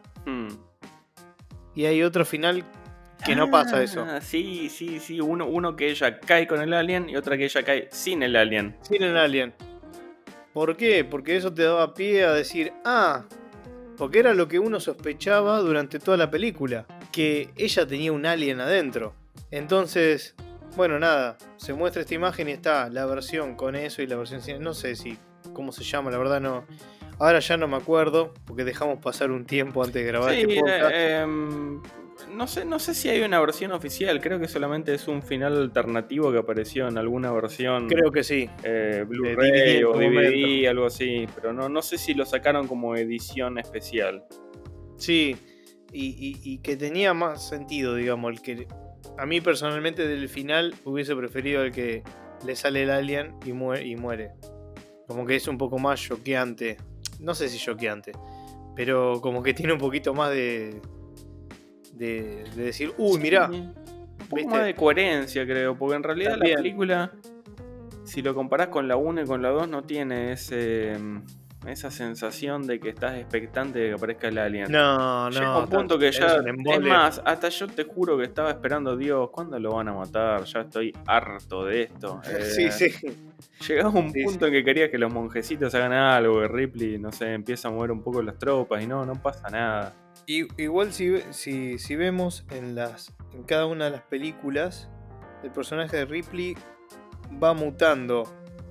Y hay otro final que no pasa eso. Sí. Uno que ella cae con el alien y otra que ella cae sin el alien. Sin el alien. ¿Por qué? Porque eso te daba pie a decir, porque era lo que uno sospechaba durante toda la película, que ella tenía un alien adentro. Entonces, bueno, nada, se muestra esta imagen y está la versión con eso y la versión sin... No sé cómo se llama, la verdad no... Ahora ya no me acuerdo, porque dejamos pasar un tiempo antes de grabar este podcast. No sé si hay una versión oficial, creo que solamente es un final alternativo que apareció en alguna versión. Creo que sí. Blu-ray o DVD, algo así, pero no sé si lo sacaron como edición especial. Sí, y que tenía más sentido, digamos, el que a mí personalmente del final hubiese preferido el que le sale el alien y muere. Como que es un poco más choqueante. No sé si choqueante, pero como que tiene un poquito más de decir, mirá. Un poco más de coherencia, creo, porque en realidad también la película, si lo comparás con la 1 y con la 2, no tiene ese esa sensación de que estás expectante de que aparezca el alien. No, Llega un punto que es ya, un es embole. más, hasta yo te juro que estaba esperando, Dios, ¿cuándo lo van a matar? Ya estoy harto de esto. Sí, sí. Llegaba un Sí, punto sí. en que quería que los monjecitos hagan algo, que Ripley, no sé, empieza a mover un poco las tropas y no pasa nada. Igual si vemos en cada una de las películas, el personaje de Ripley va mutando.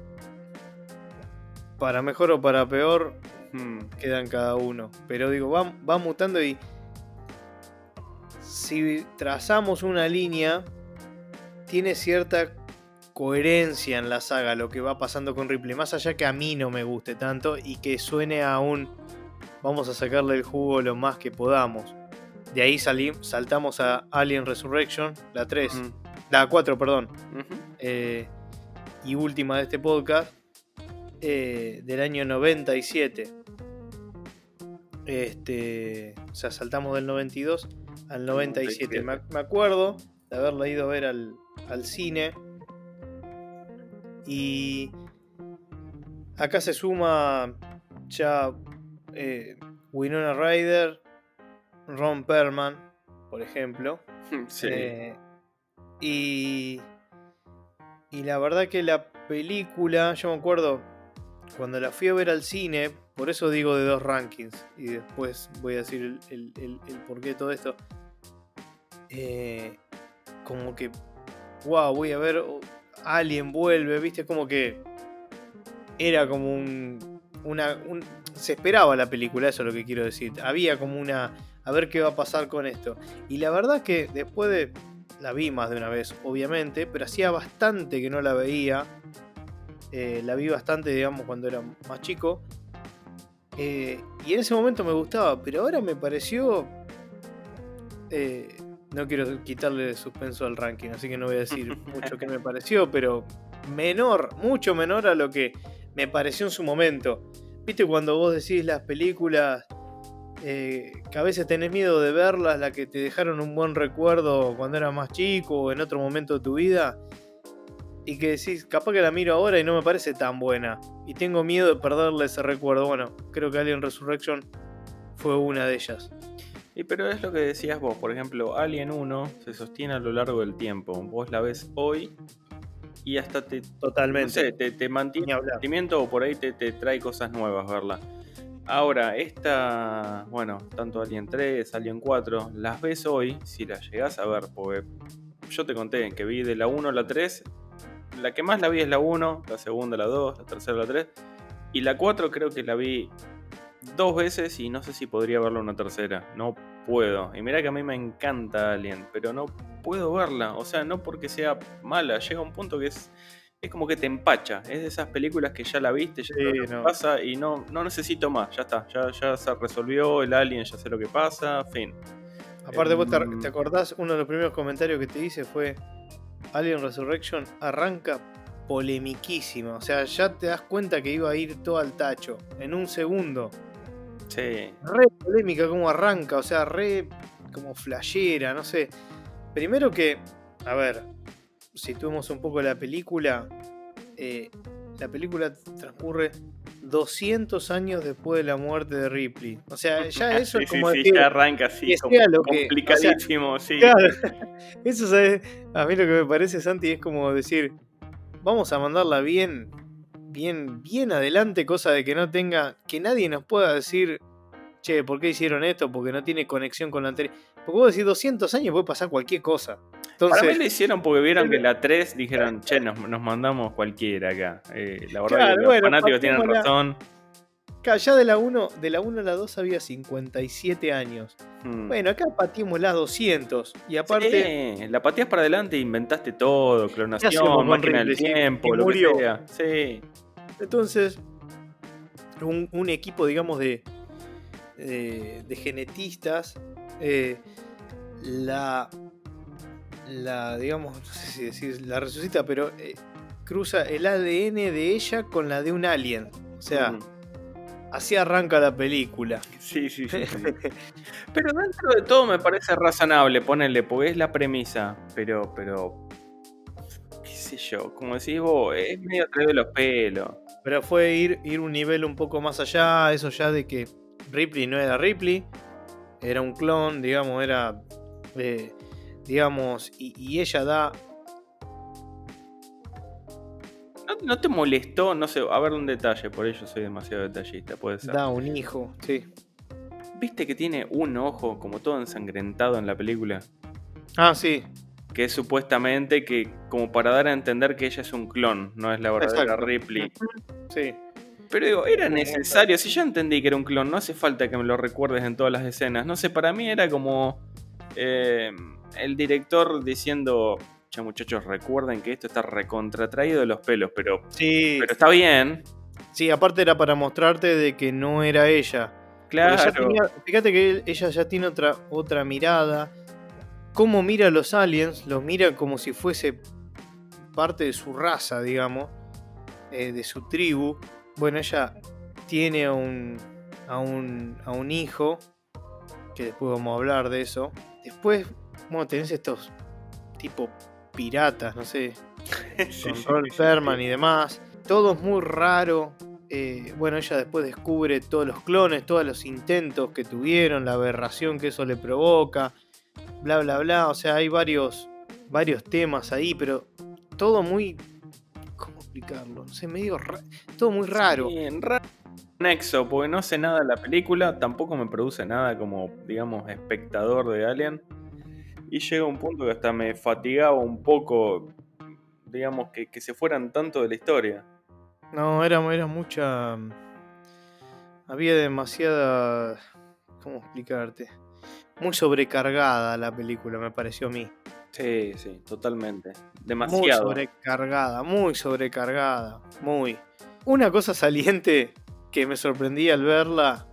Para mejor o para peor, quedan cada uno. Pero digo, va mutando y si trazamos una línea, tiene cierta coherencia en la saga lo que va pasando con Ripley. Más allá que a mí no me guste tanto y que suene a vamos a sacarle el jugo lo más que podamos. De ahí saltamos a Alien Resurrection, la 3. La 4, perdón. Y última de este podcast. Del año 97. O sea, saltamos del 92 al 97. Me acuerdo de haberla ido a ver al cine. Y acá se suma ya Winona Ryder, Ron Perlman, por ejemplo. Sí. Y la verdad que la película, yo me acuerdo cuando la fui a ver al cine, por eso digo de 2 rankings, y después voy a decir el porqué de todo esto. Como que, wow, voy a ver Alien vuelve, viste, como que era como se esperaba la película, eso es lo que quiero decir. Había como a ver qué va a pasar con esto. Y la verdad que después la vi más de una vez, obviamente, pero hacía bastante que no la veía. La vi bastante, digamos, cuando era más chico. Y en ese momento me gustaba, pero ahora me pareció... no quiero quitarle suspenso al ranking, así que no voy a decir mucho que me pareció, pero mucho menor a lo que me pareció en su momento. ¿Viste cuando vos decís las películas que a veces tenés miedo de verlas, las que te dejaron un buen recuerdo cuando eras más chico o en otro momento de tu vida? Y que decís, capaz que la miro ahora y no me parece tan buena. Y tengo miedo de perderle ese recuerdo. Bueno, creo que Alien Resurrection fue una de ellas. Pero es lo que decías vos, por ejemplo, Alien 1 se sostiene a lo largo del tiempo. Vos la ves hoy y hasta Totalmente. No sé, te mantiene el sentimiento o por ahí te trae cosas nuevas verla. Ahora, esta, bueno, tanto Alien 3, Alien 4, las ves hoy, si las llegás a ver, porque yo te conté que vi de la 1 a la 3, la que más la vi es la 1, la segunda la 2, la tercera la 3, y la 4 creo que la vi 2 veces y no sé si podría verla una tercera, no puedo. Y mirá que a mí me encanta Alien, pero no puedo verla, o sea, no porque sea mala, llega un punto que es como que te empacha, es de esas películas que ya la viste, ya sabes lo que pasa y no necesito más, ya está, ya se resolvió el Alien, ya sé lo que pasa, fin. Aparte vos te acordás, uno de los primeros comentarios que te hice fue Alien Resurrection arranca polemiquísima, o sea, ya te das cuenta que iba a ir todo al tacho, en un segundo. Sí. Re polémica como arranca, o sea, re como flashera, no sé. Primero que, a ver, situemos un poco la película. La película transcurre 200 años después de la muerte de Ripley. O sea, ya eso sí, es como sí, decir, ya arranca así, complicadísimo, o sea, sí. Claro, eso, ¿sabes? A mí lo que me parece, Santi, es como decir, vamos a mandarla bien adelante, cosa de que no tenga, que nadie nos pueda decir, che, ¿por qué hicieron esto? Porque no tiene conexión con la anterior. Porque vos decís 200 años puede pasar cualquier cosa. Entonces, para mí lo hicieron porque vieron que la 3 dijeron, che, nos mandamos cualquiera acá. La verdad claro, que los fanáticos tienen razón. Claro, ya de la 1 a la 2 había 57 años. Bueno, acá pateamos las 200. Y aparte. Sí, la pateás para adelante e inventaste todo: clonación, máquina del tiempo, lo que sea. Sí. Entonces, un equipo, digamos, de genetistas. Digamos, no sé si decir la resucita, pero cruza el ADN de ella con la de un alien. O sea. Así arranca la película. Sí. Pero dentro de todo me parece razonable ponerle, porque es la premisa. Pero qué sé yo, como decís vos, es medio traído de los pelos. Pero fue ir un nivel un poco más allá, eso ya de que Ripley no era Ripley, era un clon, digamos, digamos, y ella da... ¿No te molestó? No sé, a ver un detalle, por ello soy demasiado detallista, puede ser. Da un hijo, sí. ¿Viste que tiene un ojo como todo ensangrentado en la película? Ah, sí. Que es supuestamente que como para dar a entender que ella es un clon, no es la verdadera Exacto. Ripley. Sí. Pero digo, era necesario, si ya entendí que era un clon, no hace falta que me lo recuerdes en todas las escenas. No sé, para mí era como el director diciendo, che muchachos, recuerden que esto está recontratraído de los pelos, pero está bien. Sí, aparte era para mostrarte de que no era ella. Claro. Fíjate que ella ya tiene otra mirada. Cómo mira a los aliens, los mira como si fuese parte de su raza, digamos, de su tribu. Bueno, ella tiene a un hijo, que después vamos a hablar de eso. Después, bueno, tenés estos tipo piratas, no sé, con Ron Perlman y demás. Todo es muy raro. Bueno, ella después descubre todos los clones, todos los intentos que tuvieron, la aberración que eso le provoca, bla, bla, bla. O sea, hay varios temas ahí, pero todo muy... ¿Cómo explicarlo? No sé, medio... todo muy raro. Sí, raro. Nexo, porque no sé nada de la película, tampoco me produce nada como, digamos, espectador de Alien. Y llega un punto que hasta me fatigaba un poco, digamos, que se fueran tanto de la historia. No, era mucha... Había demasiada... ¿Cómo explicarte? Muy sobrecargada la película, me pareció a mí. Sí, totalmente. Demasiado. Muy sobrecargada. Muy. Una cosa saliente que me sorprendí al verla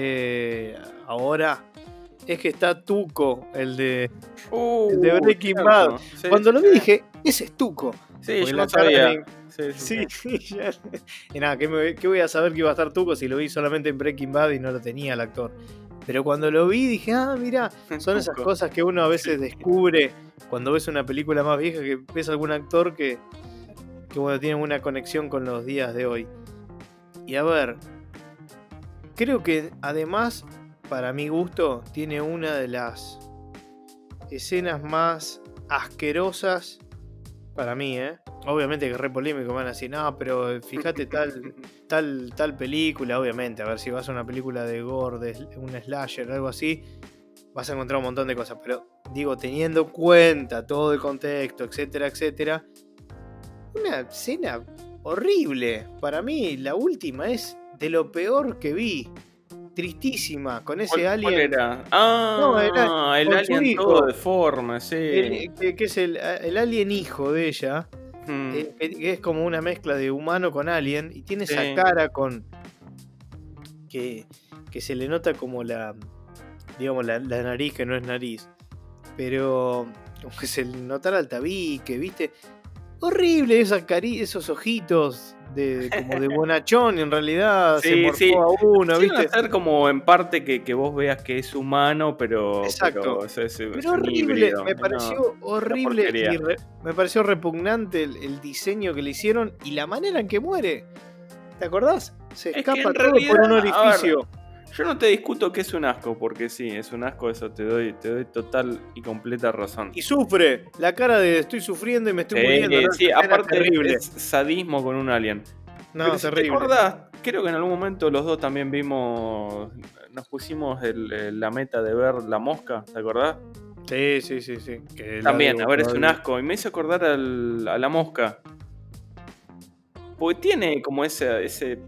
ahora es que está Tuco, el de Breaking Bad. Sí, cuando lo vi dije, ese es Tuco. Sí, yo no sabía. Sí. Y nada, ¿qué voy a saber que iba a estar Tuco si lo vi solamente en Breaking Bad y no lo tenía el actor? Pero cuando lo vi dije, mira, son esas cosas que uno a veces descubre cuando ves una película más vieja, que ves algún actor que bueno, tiene una conexión con los días de hoy. Y a ver, creo que además, para mi gusto, tiene una de las escenas más asquerosas para mí, Obviamente que es re polémico, van a decir, no, pero fíjate tal película, obviamente, a ver si vas a una película de gore, de un slasher, algo así, vas a encontrar un montón de cosas, pero digo, teniendo en cuenta todo el contexto, etcétera, etcétera, una escena horrible. Para mí, la última es de lo peor que vi. Tristísima, con ese alien. ¿Cuál era? El alien todo deforme, sí. Que es el alien hijo de ella. Que es como una mezcla de humano con alien. Y tiene esa cara con... Que se le nota como digamos, la nariz, que no es nariz. Pero como que se le notara el tabique, ¿viste? Horrible esos ojitos como de bonachón, y en realidad se morfó a uno, ¿viste? Hacer como en parte que vos veas que es humano, pero... Exacto. Pero horrible, me pareció horrible y me pareció repugnante el diseño que le hicieron y la manera en que muere. ¿Te acordás? Se escapa todo por un orificio. Yo no te discuto que es un asco, porque sí, es un asco, eso te doy total y completa razón. Y sufre, la cara de estoy sufriendo y me estoy muriendo. Sí, aparte terrible. Es sadismo con un alien. No, pero terrible. Si te acordás, creo que en algún momento los dos también nos pusimos la meta de ver La Mosca, ¿te acordás? Sí. Que también, a ver, es un asco. Y me hizo acordar a La Mosca. Porque tiene como esa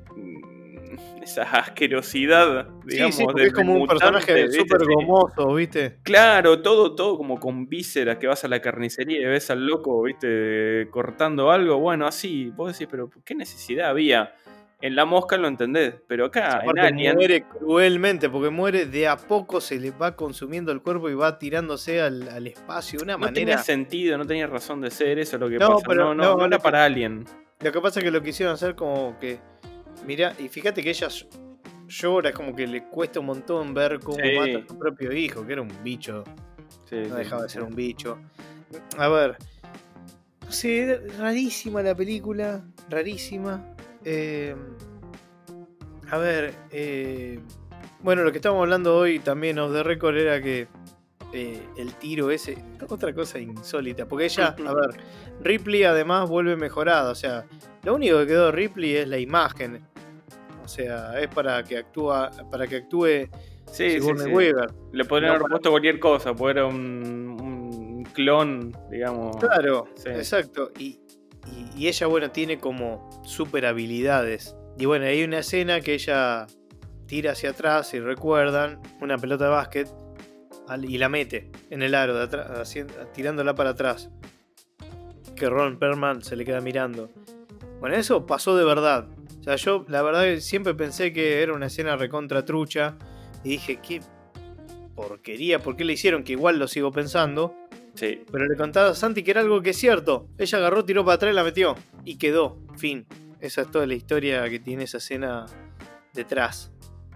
asquerosidad, digamos, sí, es como un personaje súper gomoso, ¿viste? Claro, todo como con vísceras, que vas a la carnicería y ves al loco, ¿viste? Cortando algo, bueno, así, vos decís, pero ¿qué necesidad había? En La Mosca lo entendés, pero acá en Alien... muere cruelmente, porque muere de a poco, se le va consumiendo el cuerpo y va tirándose al espacio de una manera... No tenía sentido, no tenía razón de ser, eso es lo que pasa, pero no era para Alien. Lo que pasa es que lo quisieron hacer como que... Mirá, y fíjate que ella llora, es como que le cuesta un montón ver cómo mata a su propio hijo, que era un bicho. No dejaba de ser un bicho. A ver, no sé, rarísima la película, rarísima. A ver, bueno, lo que estábamos hablando hoy también off the record era que el tiro ese, otra cosa insólita, porque ella, a ver, Ripley además vuelve mejorada, o sea, lo único que quedó de Ripley es la imagen, o sea, es para que actúe Sigourney Weaver. Le podrían haber puesto cualquier cosa, porque era un clon, digamos. Claro, sí. Exacto, y ella, bueno, tiene como super habilidades. Y bueno, hay una escena que ella tira hacia atrás, si recuerdan, una pelota de básquet y la mete en el aro de atrás, tirándola para atrás. Que Ron Perlman se le queda mirando. Bueno, eso pasó de verdad. O sea, yo la verdad siempre pensé que era una escena recontra trucha. Y dije, qué porquería, ¿por qué le hicieron? Que igual lo sigo pensando. Sí. Pero le contaba a Santi que era algo que es cierto. Ella agarró, tiró para atrás y la metió. Y quedó. Fin. Esa es toda la historia que tiene esa escena detrás.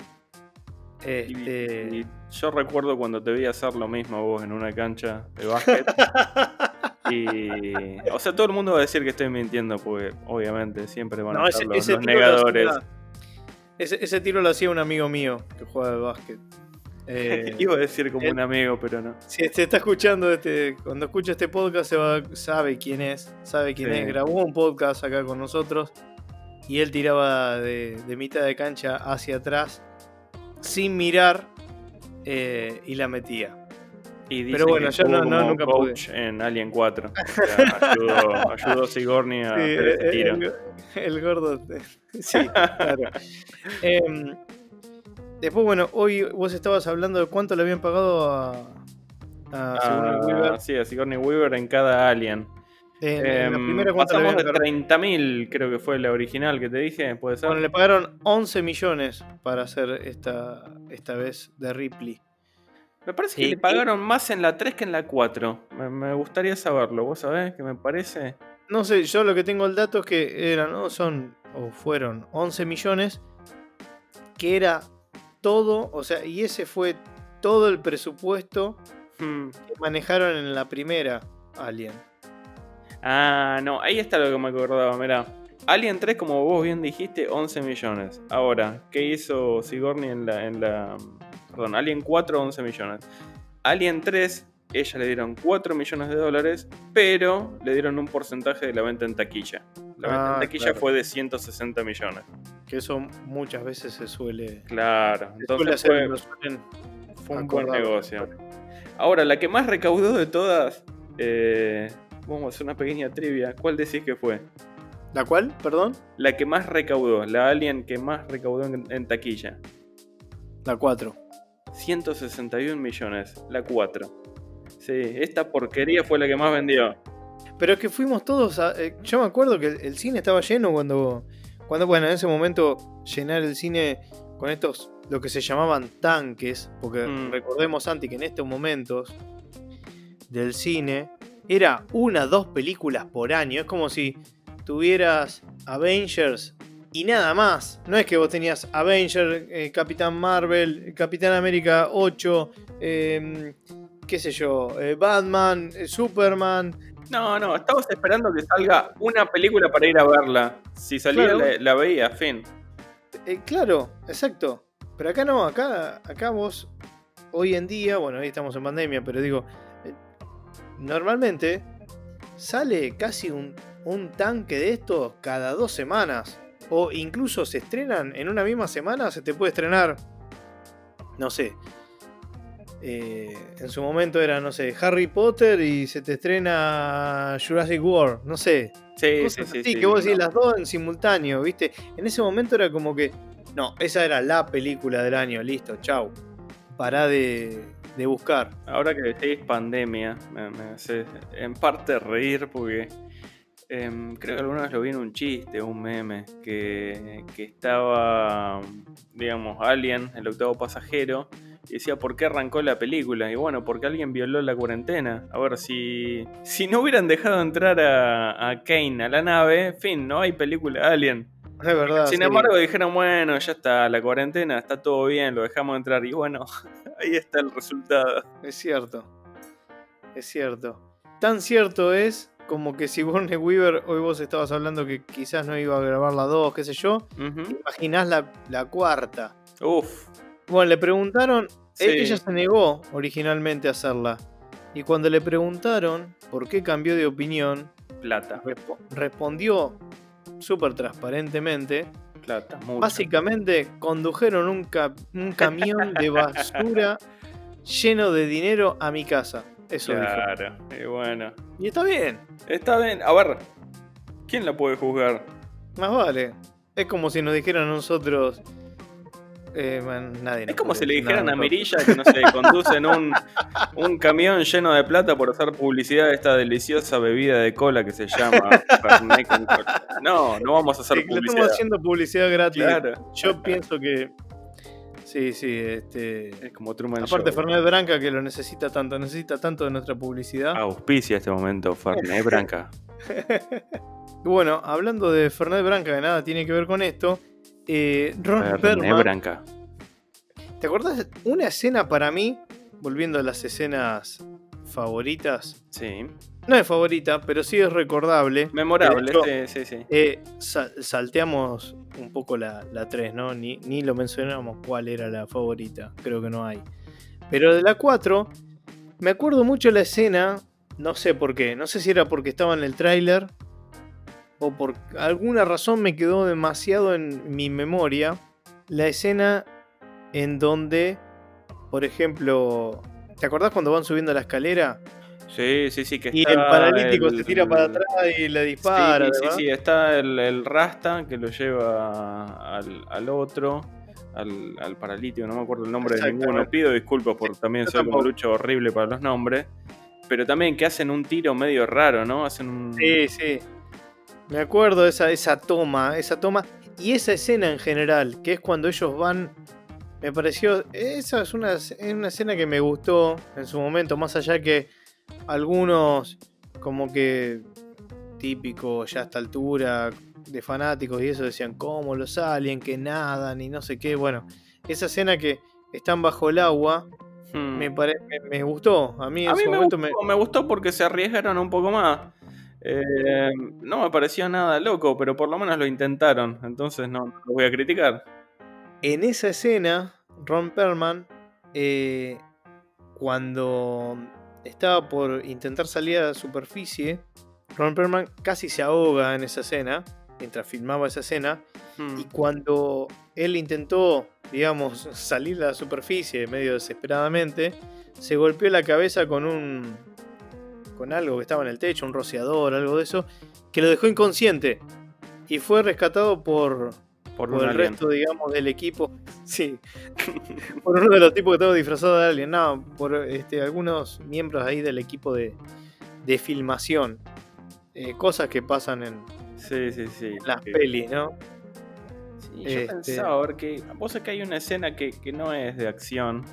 Y yo recuerdo cuando te vi hacer lo mismo vos en una cancha de básquet. Y, o sea, todo el mundo va a decir que estoy mintiendo, porque obviamente siempre van a estar los negadores. Ese tiro lo hacía un amigo mío que juega de básquet. Iba a decir como un amigo, pero no. Si te está escuchando, cuando escucha este podcast sabe quién es. Grabó un podcast acá con nosotros y él tiraba de mitad de cancha hacia atrás sin mirar y la metía. Y dice pero bueno, que yo nunca pude. En Alien 4. O sea, ayudó a Sigourney a hacer ese tiro. El gordo. Sí, claro. Después, bueno, hoy vos estabas hablando de cuánto le habían pagado a Sigourney Weaver. Sí, a Sigourney Weaver en cada Alien. En la primera, pasamos de 30.000, creo que fue la original que te dije, ¿puede ser? Bueno, le pagaron 11 millones para hacer esta vez de Ripley. Me parece que le pagaron más en la 3 que en la 4. Me gustaría saberlo, ¿vos sabés qué me parece? No sé, yo lo que tengo el dato es que fueron 11 millones, que era todo, o sea, y ese fue todo el presupuesto que manejaron en la primera Alien. Ah, no, ahí está lo que me acordaba, mirá. Alien 3, como vos bien dijiste, 11 millones. Ahora, ¿qué hizo Sigourney Perdón, Alien 4, 11 millones. Alien 3, ella le dieron 4 millones de dólares, pero le dieron un porcentaje de la venta en taquilla. La venta en taquilla fue de 160 millones. Que eso muchas veces se suele... Claro, entonces fue un buen negocio. Ahora, la que más recaudó de todas... vamos a hacer una pequeña trivia. ¿Cuál decís que fue? ¿La cuál? Perdón. La que más recaudó, la Alien que más recaudó en taquilla. La 4. 161 millones, la 4. Sí, esta porquería fue la que más vendió. Pero es que fuimos todos yo me acuerdo que el cine estaba lleno cuando bueno, en ese momento llenar el cine con estos, lo que se llamaban tanques, porque recordemos, Santi, que en estos momentos del cine era 2 películas por año. Es como si tuvieras Avengers y nada más. No es que vos tenías Avengers, Capitán Marvel, Capitán América 8, qué sé yo, Batman, Superman. No, estabas esperando que salga una película para ir a verla. Si salía, claro, la veía, fin. Claro, exacto. Pero acá no, acá vos, hoy en día, bueno, hoy estamos en pandemia, pero digo, normalmente sale casi un tanque de estos cada 2 semanas. O incluso se estrenan en una misma semana, se te puede estrenar, no sé, en su momento era, no sé, Harry Potter y se te estrena Jurassic World, no sé. Sí, que vos decís las dos en simultáneo, ¿viste? En ese momento era como que, no, esa era la película del año, listo, chau. Pará de buscar. Ahora que decís pandemia, me hace en parte reír porque... creo que alguna vez lo vi en un chiste, un meme, que estaba, digamos, Alien, el octavo pasajero, y decía, ¿por qué arrancó la película? Y bueno, porque alguien violó la cuarentena. A ver, si no hubieran dejado entrar a Kane a la nave, en fin, no hay película Alien. Es verdad. Sin embargo, dijeron, bueno, ya está, la cuarentena, está todo bien, lo dejamos entrar. Y bueno, ahí está el resultado. Es cierto. Tan cierto es como que Sigourney Weaver, hoy vos estabas hablando que quizás no iba a grabar la 2, qué sé yo, ¿te imaginás la cuarta? Uf. Bueno, le preguntaron, Sí. ella se negó originalmente a hacerla, y cuando le preguntaron por qué cambió de opinión, Plata. respondió súper transparentemente. Plata, mucho. Básicamente condujeron un camión de basura lleno de dinero a mi casa. Eso dijo. Claro, y bueno. Y está bien, Está bien. A ver, ¿quién la puede juzgar? más vale. Es como si nos dijeran a nosotros... nadie Es nos como puede si le decir dijeran nada a nosotros. Mirilla que, no sé, conducen un camión lleno de plata por hacer publicidad de esta deliciosa bebida de cola que se llama Fernet con cola. No, no vamos a hacer Sí, le publicidad. estamos haciendo publicidad gratis. Claro. Yo pienso que... Sí, Es como Truman aparte Show. Fernet Branca que lo necesita tanto de nuestra publicidad. Auspicia este momento Fernet Branca. Y bueno, hablando de Fernet Branca que nada tiene que ver con esto, Ron Fernet Perlman, Branca. ¿te acordás? Una escena para mí, volviendo a las escenas favoritas, Sí. no es favorita, pero sí es recordable. Memorable, De sí. salteamos un poco la 3, ¿no? Ni lo mencionamos cuál era la favorita, creo que no hay. Pero de la 4, me acuerdo mucho la escena, no sé por qué, no sé si era porque estaba en el tráiler o por alguna razón me quedó demasiado en mi memoria la escena en donde, por ejemplo, ¿te acordás cuando van subiendo la escalera? Sí, que Y está el paralítico se tira para atrás y le dispara. Sí, está el Rasta que lo lleva al otro, al paralítico, no me acuerdo el nombre de ninguno. Pido disculpas por también soy como Lucho horrible para los nombres. Pero también que hacen un tiro medio raro, ¿no? Hacen un... Sí. Me acuerdo de esa toma. Y esa escena en general, que es cuando ellos van. Me pareció. Esa es una escena que me gustó en su momento, más allá que algunos, como que típico ya a esta altura, de fanáticos y eso decían, ¿cómo los aliens que nadan y no sé qué? Bueno, esa escena que están bajo el agua. Me gustó. A mí en su momento me gustó porque se arriesgaron un poco más. No me pareció nada loco, pero por lo menos lo intentaron. Entonces no lo voy a criticar. En esa escena, Ron Perlman, cuando estaba por intentar salir a la superficie, Ron Perlman casi se ahoga en esa escena, mientras filmaba esa escena. Y cuando él intentó, digamos, salir a la superficie medio desesperadamente, se golpeó la cabeza con algo que estaba en el techo, un rociador, algo de eso, que lo dejó inconsciente. Y fue rescatado por el resto, digamos, del equipo. Sí. Por uno de los tipos que estaba disfrazado de alien. No, por algunos miembros ahí del equipo de filmación. Cosas que pasan en las pelis, ¿no? Sí, yo pensaba, a ver, que vos sabés que hay una escena que no es de acción.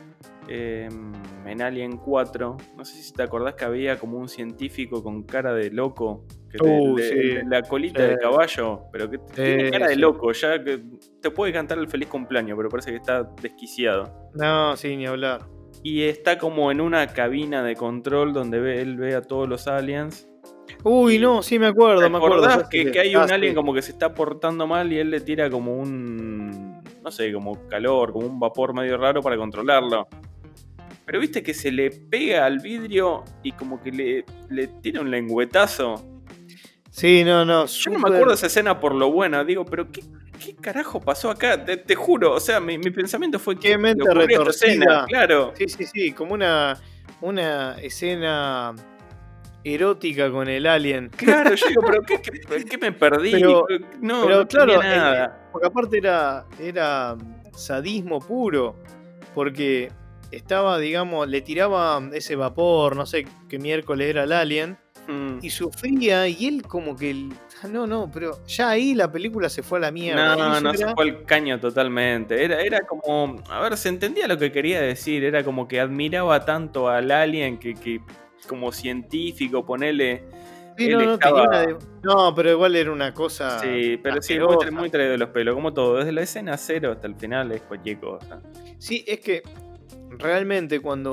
En Alien 4, no sé si te acordás que había como un científico con cara de loco, que la colita de caballo, pero que tiene cara de loco, ya que te puede cantar el feliz cumpleaños, pero parece que está desquiciado. No, sí, ni hablar. Y está como en una cabina de control donde él ve a todos los aliens. Uy, no, sí me acuerdo. ¿Te acordás que hay un alien como que se está portando mal y él le tira como un, no sé, como calor, como un vapor medio raro para controlarlo? Pero viste que se le pega al vidrio y como que le tira un lengüetazo. Sí, no. Yo no me acuerdo de esa escena por lo buena. Digo, pero ¿qué carajo pasó acá? Te juro, o sea, mi pensamiento fue que... Qué mente retorcida. Claro. Sí, como una escena erótica con el alien. Claro, yo digo, pero ¿qué me perdí? Pero no claro, nada. Porque aparte era sadismo puro. Porque estaba, digamos, le tiraba ese vapor, no sé qué miércoles era el alien, y sufría, y él como que... No, pero ya ahí la película se fue a la mierda. No, se fue al caño totalmente. Era como... A ver, se entendía lo que quería decir. Era como que admiraba tanto al alien que como científico, ponele... Sí, no, pero igual era una cosa... Sí, pero sí, muy traído de los pelos, como todo. Desde la escena 0 hasta el final es cualquier cosa. Sí, es que realmente cuando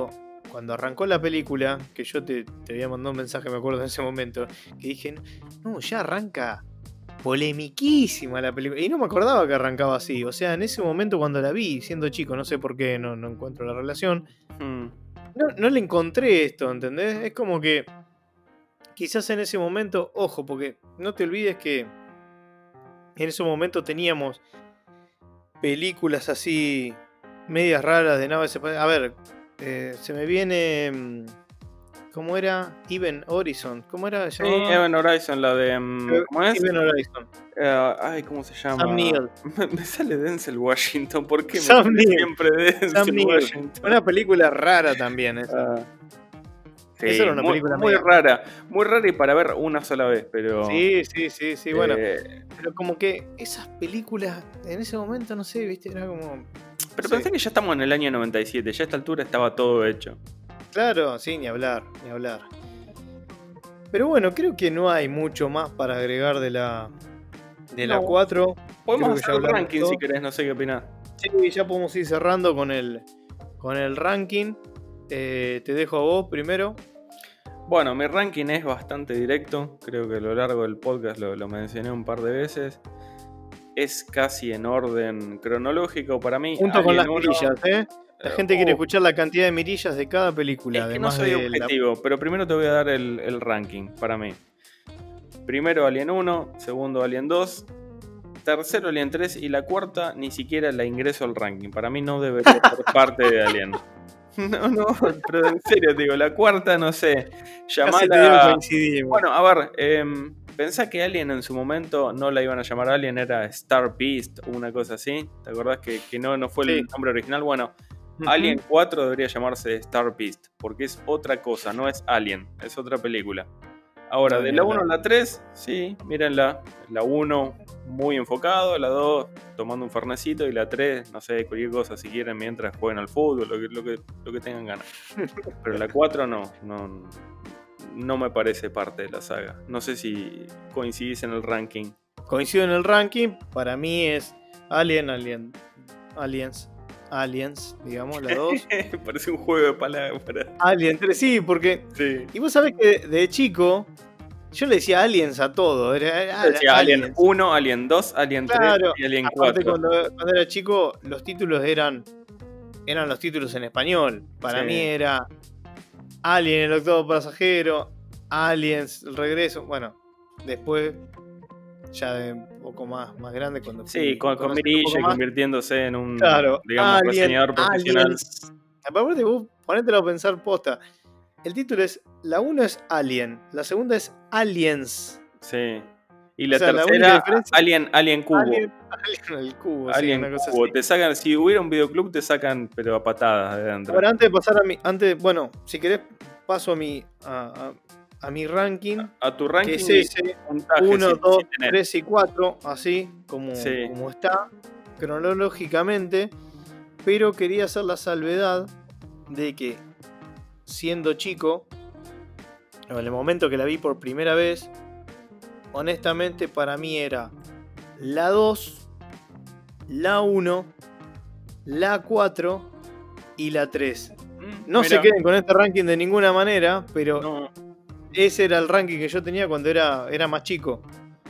cuando arrancó la película, que yo te había mandado un mensaje, me acuerdo en ese momento, que dije, no, ya arranca polemiquísima la película. Y no me acordaba que arrancaba así. O sea, en ese momento cuando la vi, siendo chico, no sé por qué, no encuentro la relación. No le encontré esto, ¿entendés? Es como que quizás en ese momento, ojo, porque no te olvides que en ese momento teníamos películas así medias raras de naves espaciales. A ver, se me viene... ¿Cómo era? Event Horizon. ¿Cómo era? Sí, Event Horizon, la de... ¿Cómo es? Event Horizon. Ay, ¿cómo se llama? Sam Neill. Me sale Denzel Washington. ¿Por qué Sam me sale Neill. siempre Denzel Washington? Una película rara también esa. Sí, esa era una película muy rara. Muy rara y para ver una sola vez, pero... Sí, bueno. Pero como que esas películas en ese momento, no sé, viste, era como... Pero pensé que ya estamos en el año 97, ya a esta altura estaba todo hecho. Claro, sí, ni hablar. Pero bueno, creo que no hay mucho más para agregar de la 4. Podemos hacer el ranking si querés, no sé qué opinás. Sí, ya podemos ir cerrando con el ranking. Te dejo a vos primero. Bueno, mi ranking es bastante directo. Creo que a lo largo del podcast lo mencioné un par de veces. Es casi en orden cronológico para mí. Junto con las mirillas, ¿eh? La gente quiere escuchar la cantidad de mirillas de cada película. Es que además no soy objetivo, pero primero te voy a dar el ranking para mí. Primero Alien 1, segundo Alien 2, tercero Alien 3 y la cuarta ni siquiera la ingreso al ranking. Para mí no debería ser parte de Alien. No, pero en serio, digo, la cuarta no sé. Llamala... Bueno, a ver, pensá que Alien en su momento no la iban a llamar Alien, era Star Beast o una cosa así. ¿Te acordás que no fue el nombre original? Bueno, Alien 4 debería llamarse Star Beast, porque es otra cosa, no es Alien, es otra película. Ahora, de la 1 a la 3, sí, mírenla. La 1 muy enfocado, la 2 tomando un fernecito y la 3, no sé, cualquier cosa si quieren mientras jueguen al fútbol, lo que tengan ganas. Pero la 4 no me parece parte de la saga. No sé si coincidís en el ranking. Coincido en el ranking, para mí es Aliens, digamos, la 2. Parece un juego de palabras. Alien 3, sí, porque... Sí. Y vos sabés que de chico yo le decía Aliens a todo. Decía Alien 1, Alien 2, Alien 3 y Alien 4. Cuando era chico los títulos eran los títulos en español. Para mí era Alien, el octavo pasajero, Aliens, el regreso. Bueno, después... ya de un poco más grande cuando con Mirilla y convirtiéndose en un digamos reseñador profesional. Aparte vos ponételo a pensar posta. El título es, la 1 es Alien, la segunda es Aliens. Sí. Y la tercera, Alien Cubo. Alien el cubo. Alien una cosa Cubo. así. Te sacan, si hubiera un videoclub te sacan pero a patadas de dentro. Ahora antes de pasar bueno, si querés paso a mi ranking. A tu ranking. Que es ese, 1, 2, 3 y 4, así como está, cronológicamente. Pero quería hacer la salvedad de que, siendo chico, en el momento que la vi por primera vez, honestamente para mí era la 2, la 1, la 4 y la 3. No se queden con este ranking de ninguna manera, pero... No. Ese era el ranking que yo tenía cuando era más chico.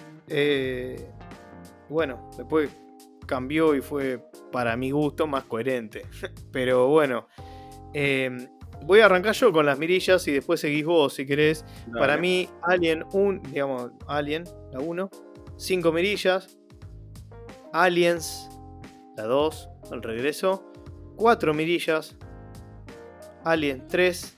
Bueno, después cambió y fue, para mi gusto, más coherente. Pero bueno, voy a arrancar yo con las mirillas y después seguís vos si querés. Dale. Para mí, Alien, la 1, 5 mirillas. Aliens, la 2, el regreso, 4 mirillas. Alien 3,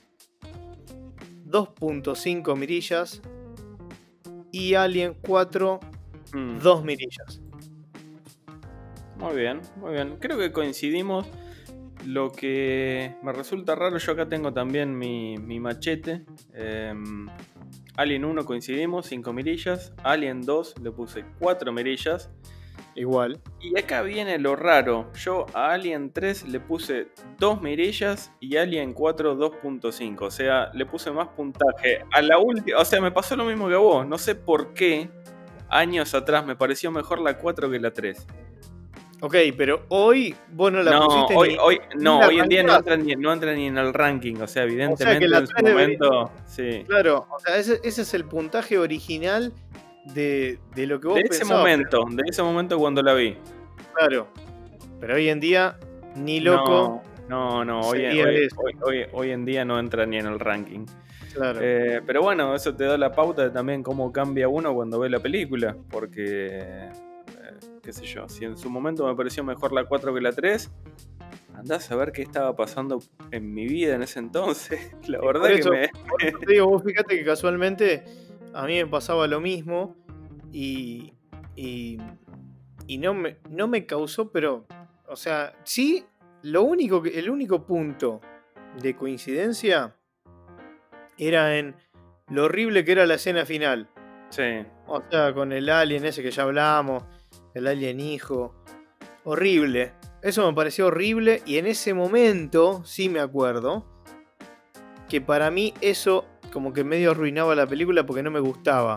2.5 mirillas. Y Alien 4, 2 mirillas. Muy bien, muy bien. Creo que coincidimos. Lo que me resulta raro, yo acá tengo también mi machete. Alien 1 coincidimos, 5 mirillas. Alien 2 le puse 4 mirillas. Igual. Y acá viene lo raro. Yo a Alien 3 le puse 2 mirillas y Alien 4 2.5. O sea, le puse más puntaje. A la última, o sea, me pasó lo mismo que a vos. No sé por qué años atrás me pareció mejor la 4 que la 3. Ok, pero hoy vos no la No, pusiste hoy en día no entra ni en el ranking. O sea, O sea que evidentemente la en su 3 debería. momento, sí. Claro, o sea, ese es el puntaje original de lo que vos pensabas. De ese momento cuando la vi. Claro, pero hoy en día, ni loco No, sería eso. hoy en día no entra ni en el ranking. Claro. Pero bueno, eso te da la pauta de también cómo cambia uno cuando ve la película. Porque, qué sé yo, si en su momento me pareció mejor la 4 que la 3, andás a ver qué estaba pasando en mi vida en ese entonces. La verdad Por que eso te digo, vos fíjate que casualmente a mí me pasaba lo mismo y, y, y no me causó, pero, o sea, sí, el único punto de coincidencia era en lo horrible que era la escena final. Sí. O sea, con el alien ese que ya hablamos, el alien hijo. Horrible. Eso me pareció horrible y en ese momento, sí me acuerdo, que para mí eso como que medio arruinaba la película porque no me gustaba.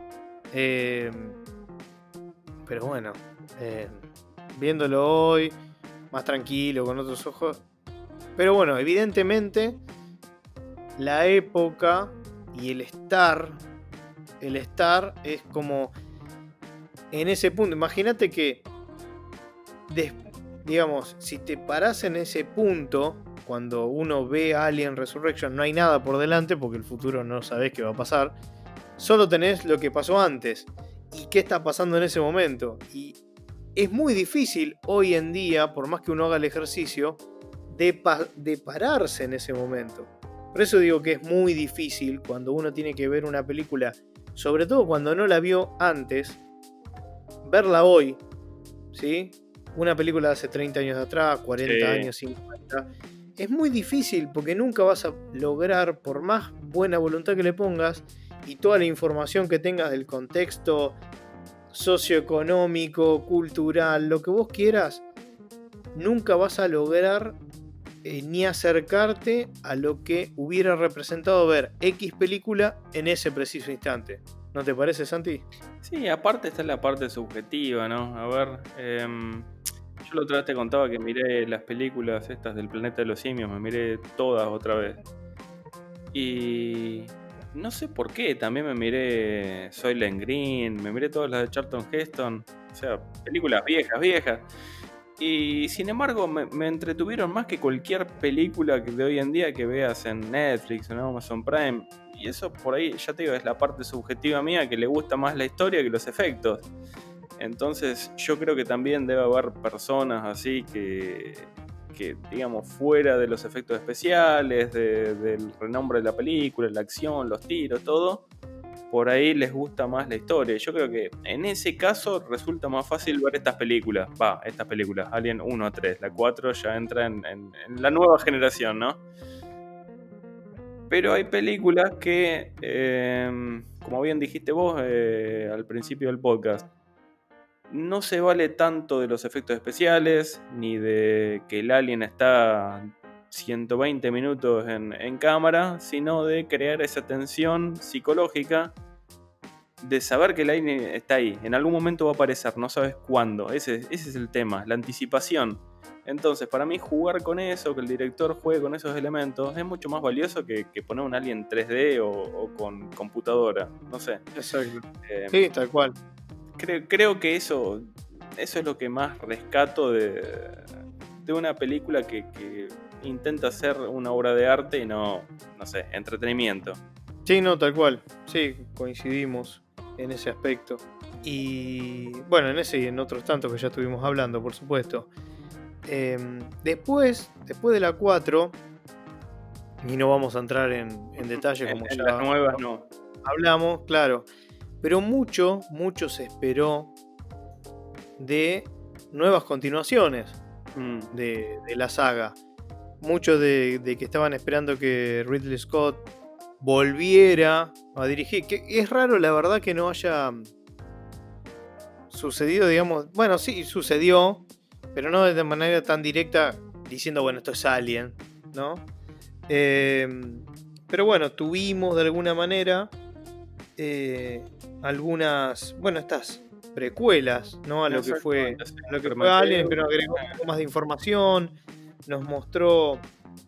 Pero bueno, viéndolo hoy, más tranquilo, con otros ojos. Pero bueno, evidentemente la época y el estar es como en ese punto. Imagínate que, digamos, si te parás en ese punto, cuando uno ve Alien Resurrection, no hay nada por delante porque el futuro no sabés qué va a pasar. Solo tenés lo que pasó antes y qué está pasando en ese momento. Y es muy difícil hoy en día, por más que uno haga el ejercicio, de pararse en ese momento. Por eso digo que es muy difícil cuando uno tiene que ver una película, sobre todo cuando no la vio antes, verla hoy, ¿sí? Una película de hace 30 años atrás, 40 años, 50. Es muy difícil porque nunca vas a lograr, por más buena voluntad que le pongas y toda la información que tengas del contexto socioeconómico, cultural, lo que vos quieras, nunca vas a lograr ni acercarte a lo que hubiera representado ver X película en ese preciso instante. ¿No te parece, Santi? Sí, aparte está la parte subjetiva, ¿no? A ver, yo la otra vez te contaba que miré las películas estas del Planeta de los Simios, me miré todas otra vez. Y no sé por qué, también me miré Soylent Green, me miré todas las de Charlton Heston, o sea, películas viejas. Y sin embargo me entretuvieron más que cualquier película de hoy en día que veas en Netflix o en Amazon Prime. Y eso por ahí, ya te digo, es la parte subjetiva mía, que le gusta más la historia que los efectos. Entonces yo creo que también debe haber personas así que digamos, fuera de los efectos especiales, del renombre de la película, la acción, los tiros, todo, por ahí les gusta más la historia. Yo creo que en ese caso resulta más fácil ver estas películas. Alien 1 a 3. La 4 ya entra en la nueva generación, ¿no? Pero hay películas que, como bien dijiste vos al principio del podcast, no se vale tanto de los efectos especiales, ni de que el alien está 120 minutos en cámara, sino de crear esa tensión psicológica de saber que el alien está ahí. En algún momento va a aparecer, no sabes cuándo. Ese es el tema, la anticipación. Entonces, para mí jugar con eso, que el director juegue con esos elementos, es mucho más valioso que poner un alien 3D o con computadora. No sé. Exacto. Sí, tal cual. Creo que eso es lo que más rescato de una película que intenta ser una obra de arte y no sé, entretenimiento. Sí, no, tal cual. Sí, coincidimos en ese aspecto. Y bueno, en ese y en otros tantos que ya estuvimos hablando, por supuesto. Después de la 4, y no vamos a entrar en detalle como en ya las nuevas no hablamos, claro. Pero mucho se esperó de nuevas continuaciones de la saga. Mucho de que estaban esperando que Ridley Scott volviera a dirigir. Que es raro, la verdad, que no haya sucedido, digamos. Bueno, sí, sucedió, pero no de manera tan directa, diciendo, bueno, esto es Alien, ¿no? Pero bueno, tuvimos de alguna manera algunas, bueno, estas precuelas, ¿no? A lo que fue, Exactamente, sí. a lo que fue Alien, pero agregó un poco más de información, nos mostró...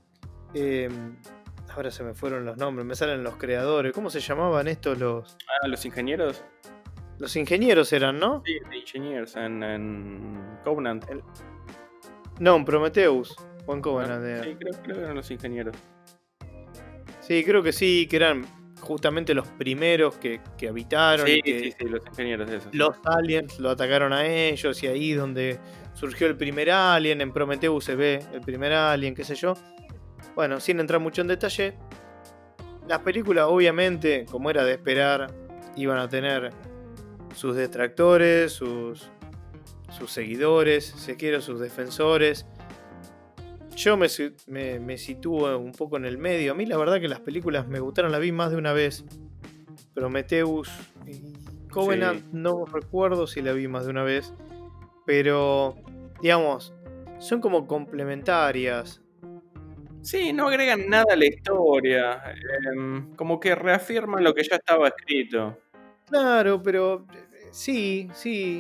ahora se me fueron los nombres, me salen los creadores. ¿Cómo se llamaban estos los...? Los ingenieros. Los ingenieros eran, ¿no? Sí, The Engineers en Covenant. No, en Prometheus. O en Covenant. Sí, creo que eran los ingenieros. Sí, creo que sí, que eran justamente los primeros que habitaron. Sí, y que sí, los ingenieros de esos. los aliens lo atacaron a ellos y ahí donde surgió el primer alien. En Prometheus se ve el primer alien, qué sé yo. Bueno, sin entrar mucho en detalle, las películas obviamente, como era de esperar, iban a tener sus detractores, sus seguidores, si quiero, sus defensores. Yo me sitúo un poco en el medio. A mí la verdad que las películas me gustaron, las vi más de una vez. Prometheus y Covenant no recuerdo si la vi más de una vez. Pero, digamos, son como complementarias. Sí, no agregan nada a la historia. Como que reafirman lo que ya estaba escrito. Claro, pero sí.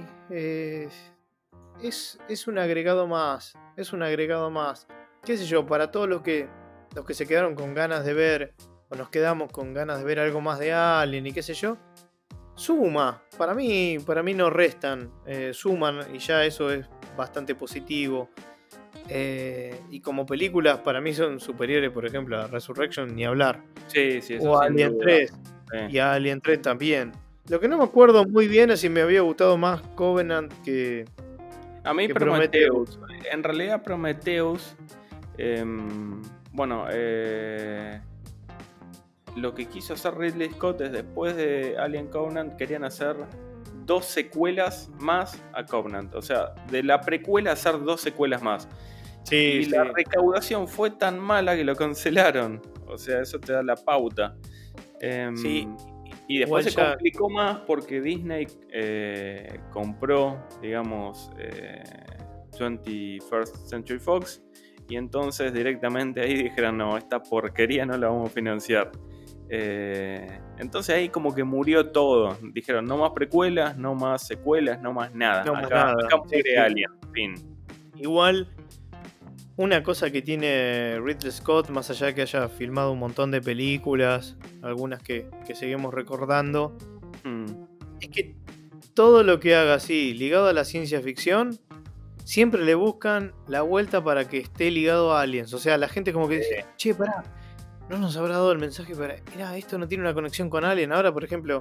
Es un agregado más. Es un agregado más. Qué sé yo, para todos los que se quedaron con ganas de ver, o nos quedamos con ganas de ver algo más de Alien y qué sé yo, suma. Para mí no restan, suman y ya eso es bastante positivo. Y como películas, para mí son superiores, por ejemplo, a Resurrection, ni hablar. Sí, eso O a sin Alien duda. 3. Sí. Y a Alien 3 también. Lo que no me acuerdo muy bien es si me había gustado más Covenant que... A mí que Prometheus. En realidad Prometheus, lo que quiso hacer Ridley Scott es después de Alien Covenant querían hacer 2 secuelas más a Covenant. O sea, de la precuela hacer 2 secuelas más. Sí, La recaudación fue tan mala que lo cancelaron. O sea, eso te da la pauta. Sí. Y después Igual se ya... complicó más porque Disney compró, digamos, 21st Century Fox. Y entonces directamente ahí dijeron, no, esta porquería no la vamos a financiar. Entonces ahí como que murió todo. Dijeron, no más precuelas, no más secuelas, no más nada. No más acá nada. muere Alien, fin. Igual, una cosa que tiene Ridley Scott, más allá de que haya filmado un montón de películas, algunas que seguimos recordando, es que todo lo que haga así, ligado a la ciencia ficción, siempre le buscan la vuelta para que esté ligado a aliens. O sea, la gente como que dice, che, pará, no nos habrá dado el mensaje para... Mirá, esto no tiene una conexión con Alien. Ahora, por ejemplo,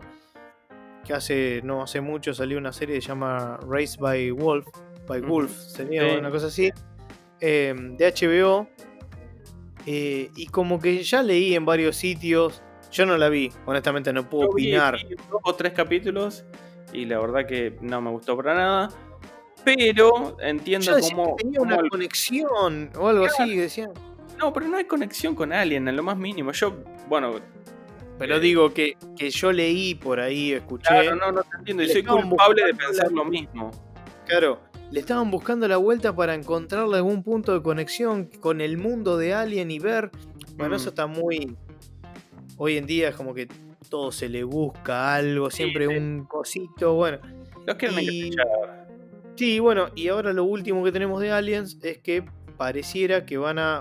que no hace mucho salió una serie que se llama Raised by Wolf, sería una cosa así, de HBO, y como que ya leí en varios sitios, yo no la vi, honestamente no puedo opinar. Vi 2 o 3 capítulos y la verdad que no me gustó para nada, pero entiendo cómo... tenía una conexión o algo así, decían. No, pero no hay conexión con Alien en lo más mínimo. Pero digo que yo leí por ahí, escuché. Claro, no te entiendo. Y soy culpable de pensar lo mismo. Claro, le estaban buscando la vuelta para encontrarle algún punto de conexión con el mundo de Alien y ver. Bueno, eso está muy... Hoy en día es como que todo se le busca algo, siempre un cosito, bueno. Los quieren encaprichar. Sí, bueno, y ahora lo último que tenemos de Aliens es que pareciera que van a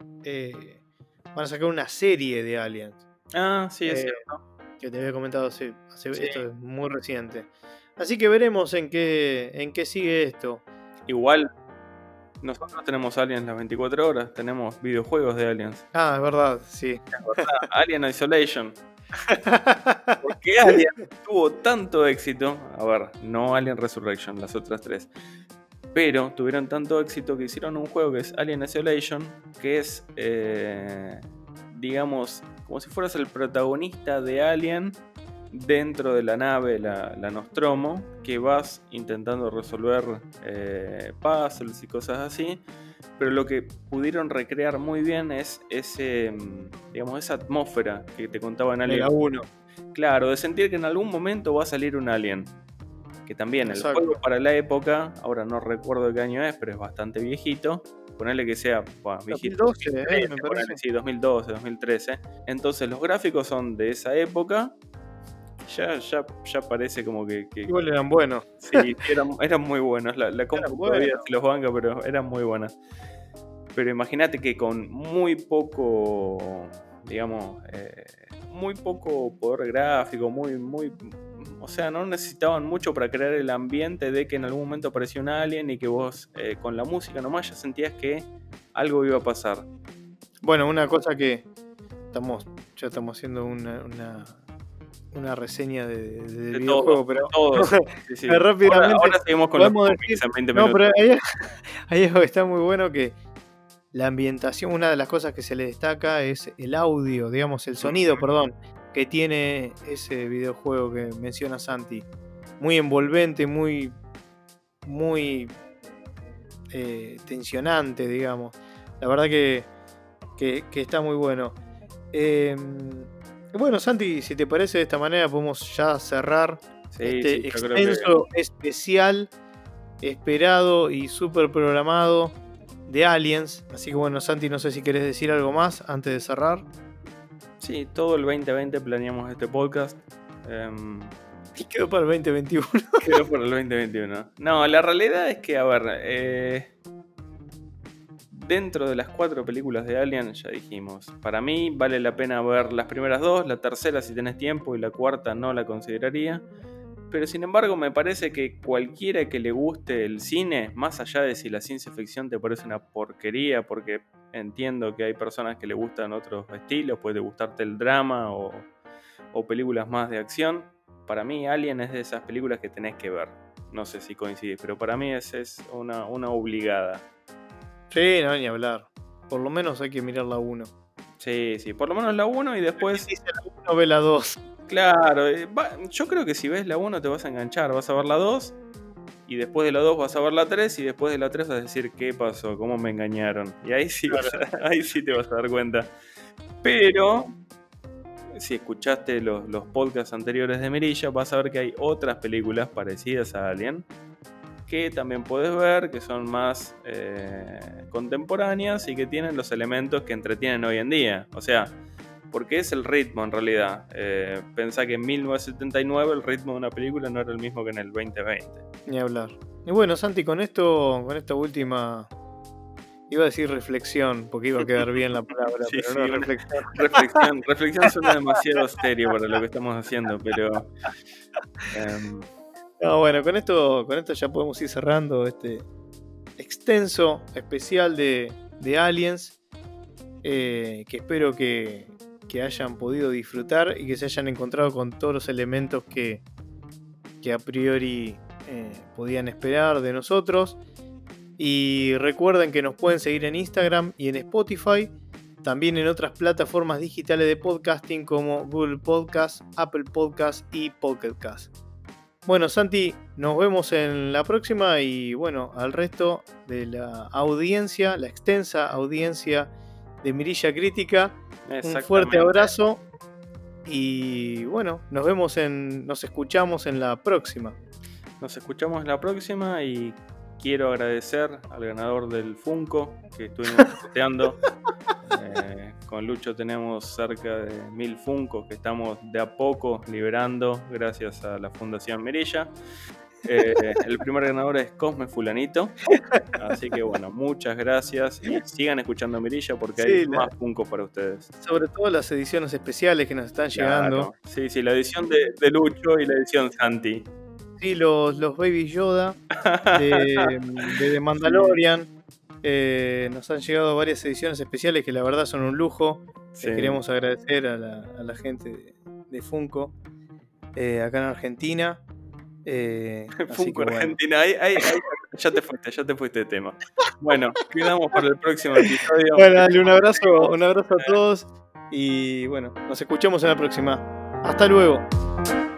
sacar una serie de Aliens. Ah, sí, es cierto. Que te había comentado esto es muy reciente. Así que veremos en qué sigue esto. Igual, nosotros tenemos Aliens las 24 horas, tenemos videojuegos de Aliens. Ah, es verdad, sí. Es verdad, Alien Isolation. ¿Por qué Alien tuvo tanto éxito? A ver, no Alien Resurrection, las otras 3. Pero tuvieron tanto éxito que hicieron un juego que es Alien Isolation, que es, digamos, como si fueras el protagonista de Alien dentro de la nave, la Nostromo, que vas intentando resolver puzzles y cosas así. Pero lo que pudieron recrear muy bien es esa atmósfera que te contaba en Alien 1. Claro, de sentir que en algún momento va a salir un alien. Que también Exacto. El juego para la época, ahora no recuerdo de qué año es, pero es bastante viejito. Ponerle que sea viejito. 2012, me parece. Sí, 2012, 2013. Entonces los gráficos son de esa época. ya parece como que Igual eran buenos. sí, eran muy buenos. La compu todavía se los banca, pero eran muy buenas. Pero imagínate que con muy poco, digamos, muy poco poder gráfico, o sea, no necesitaban mucho para crear el ambiente de que en algún momento apareció un alien y que vos con la música nomás ya sentías que algo iba a pasar. Bueno, una cosa que ya estamos haciendo una reseña de videojuego, pero todo. Sí. rápidamente ahora seguimos con los cómics en 20 minutos. No, pero hay algo que está muy bueno, que la ambientación, una de las cosas que se le destaca es el audio, digamos, el sonido, perdón, que tiene ese videojuego que menciona Santi. Muy envolvente, muy tensionante, digamos. La verdad que está muy bueno. Bueno, Santi, si te parece, de esta manera podemos ya cerrar este extenso especial esperado y súper programado de Aliens. Así que bueno, Santi, no sé si querés decir algo más antes de cerrar. Sí, todo el 2020 planeamos este podcast. Y quedó para el 2021. Quedó para el 2021. No, la realidad es que, a ver, dentro de las 4 películas de Alien, ya dijimos, para mí vale la pena ver las primeras 2, la tercera si tenés tiempo y la cuarta no la consideraría. Pero sin embargo me parece que cualquiera que le guste el cine, más allá de si la ciencia ficción te parece una porquería, porque entiendo que hay personas que le gustan otros estilos, puede gustarte el drama o películas más de acción, para mí Alien es de esas películas que tenés que ver. No sé si coincidís, pero para mí es una obligada. Sí, no, ni hablar. Por lo menos hay que mirar la 1. Sí, por lo menos la 1 y después... Si dice la 1, ve la 2. Claro, yo creo que si ves la 1 te vas a enganchar, vas a ver la 2 y después de la 2 vas a ver la 3 y después de la 3 vas a decir ¿qué pasó? ¿Cómo me engañaron? Y ahí sí, claro. Ahí sí te vas a dar cuenta. Pero si escuchaste los podcasts anteriores de Mirilla vas a ver que hay otras películas parecidas a Alien que también puedes ver, que son más contemporáneas y que tienen los elementos que entretienen hoy en día. O sea, porque es el ritmo en realidad. Pensá que en 1979 el ritmo de una película no era el mismo que en el 2020. Ni hablar. Y bueno, Santi, con esta última... Iba a decir reflexión, porque iba a quedar bien la palabra, sí, pero no, reflexión. Reflexión suena demasiado serio para lo que estamos haciendo, pero... No, bueno, con esto ya podemos ir cerrando este extenso especial de Aliens, que espero que hayan podido disfrutar y que se hayan encontrado con todos los elementos que a priori podían esperar de nosotros. Y recuerden que nos pueden seguir en Instagram y en Spotify, también en otras plataformas digitales de podcasting como Google Podcast, Apple Podcast y Pocket Cast. Bueno, Santi, nos vemos en la próxima y bueno, al resto de la audiencia, la extensa audiencia de Mirilla Crítica, un fuerte abrazo y bueno, nos escuchamos en la próxima. Nos escuchamos en la próxima y quiero agradecer al ganador del Funko que estuvimos sorteando. Con Lucho tenemos cerca de 1000 Funkos que estamos de a poco liberando gracias a la Fundación Mirilla. El primer ganador es Cosme Fulanito. Así que bueno, muchas gracias y sigan escuchando Mirilla porque hay más Funkos para ustedes. Sobre todo las ediciones especiales que nos están llegando. Sí, la edición de Lucho y la edición Santi. Sí, los Baby Yoda de Mandalorian. Nos han llegado varias ediciones especiales que la verdad son un lujo. Sí. Queremos agradecer a la gente de Funko acá en Argentina. Funko Argentina, ahí, ya te fuiste de tema. Bueno, cuidamos para el próximo episodio. Bueno, dale un abrazo a todos y bueno, nos escuchamos en la próxima. Hasta luego.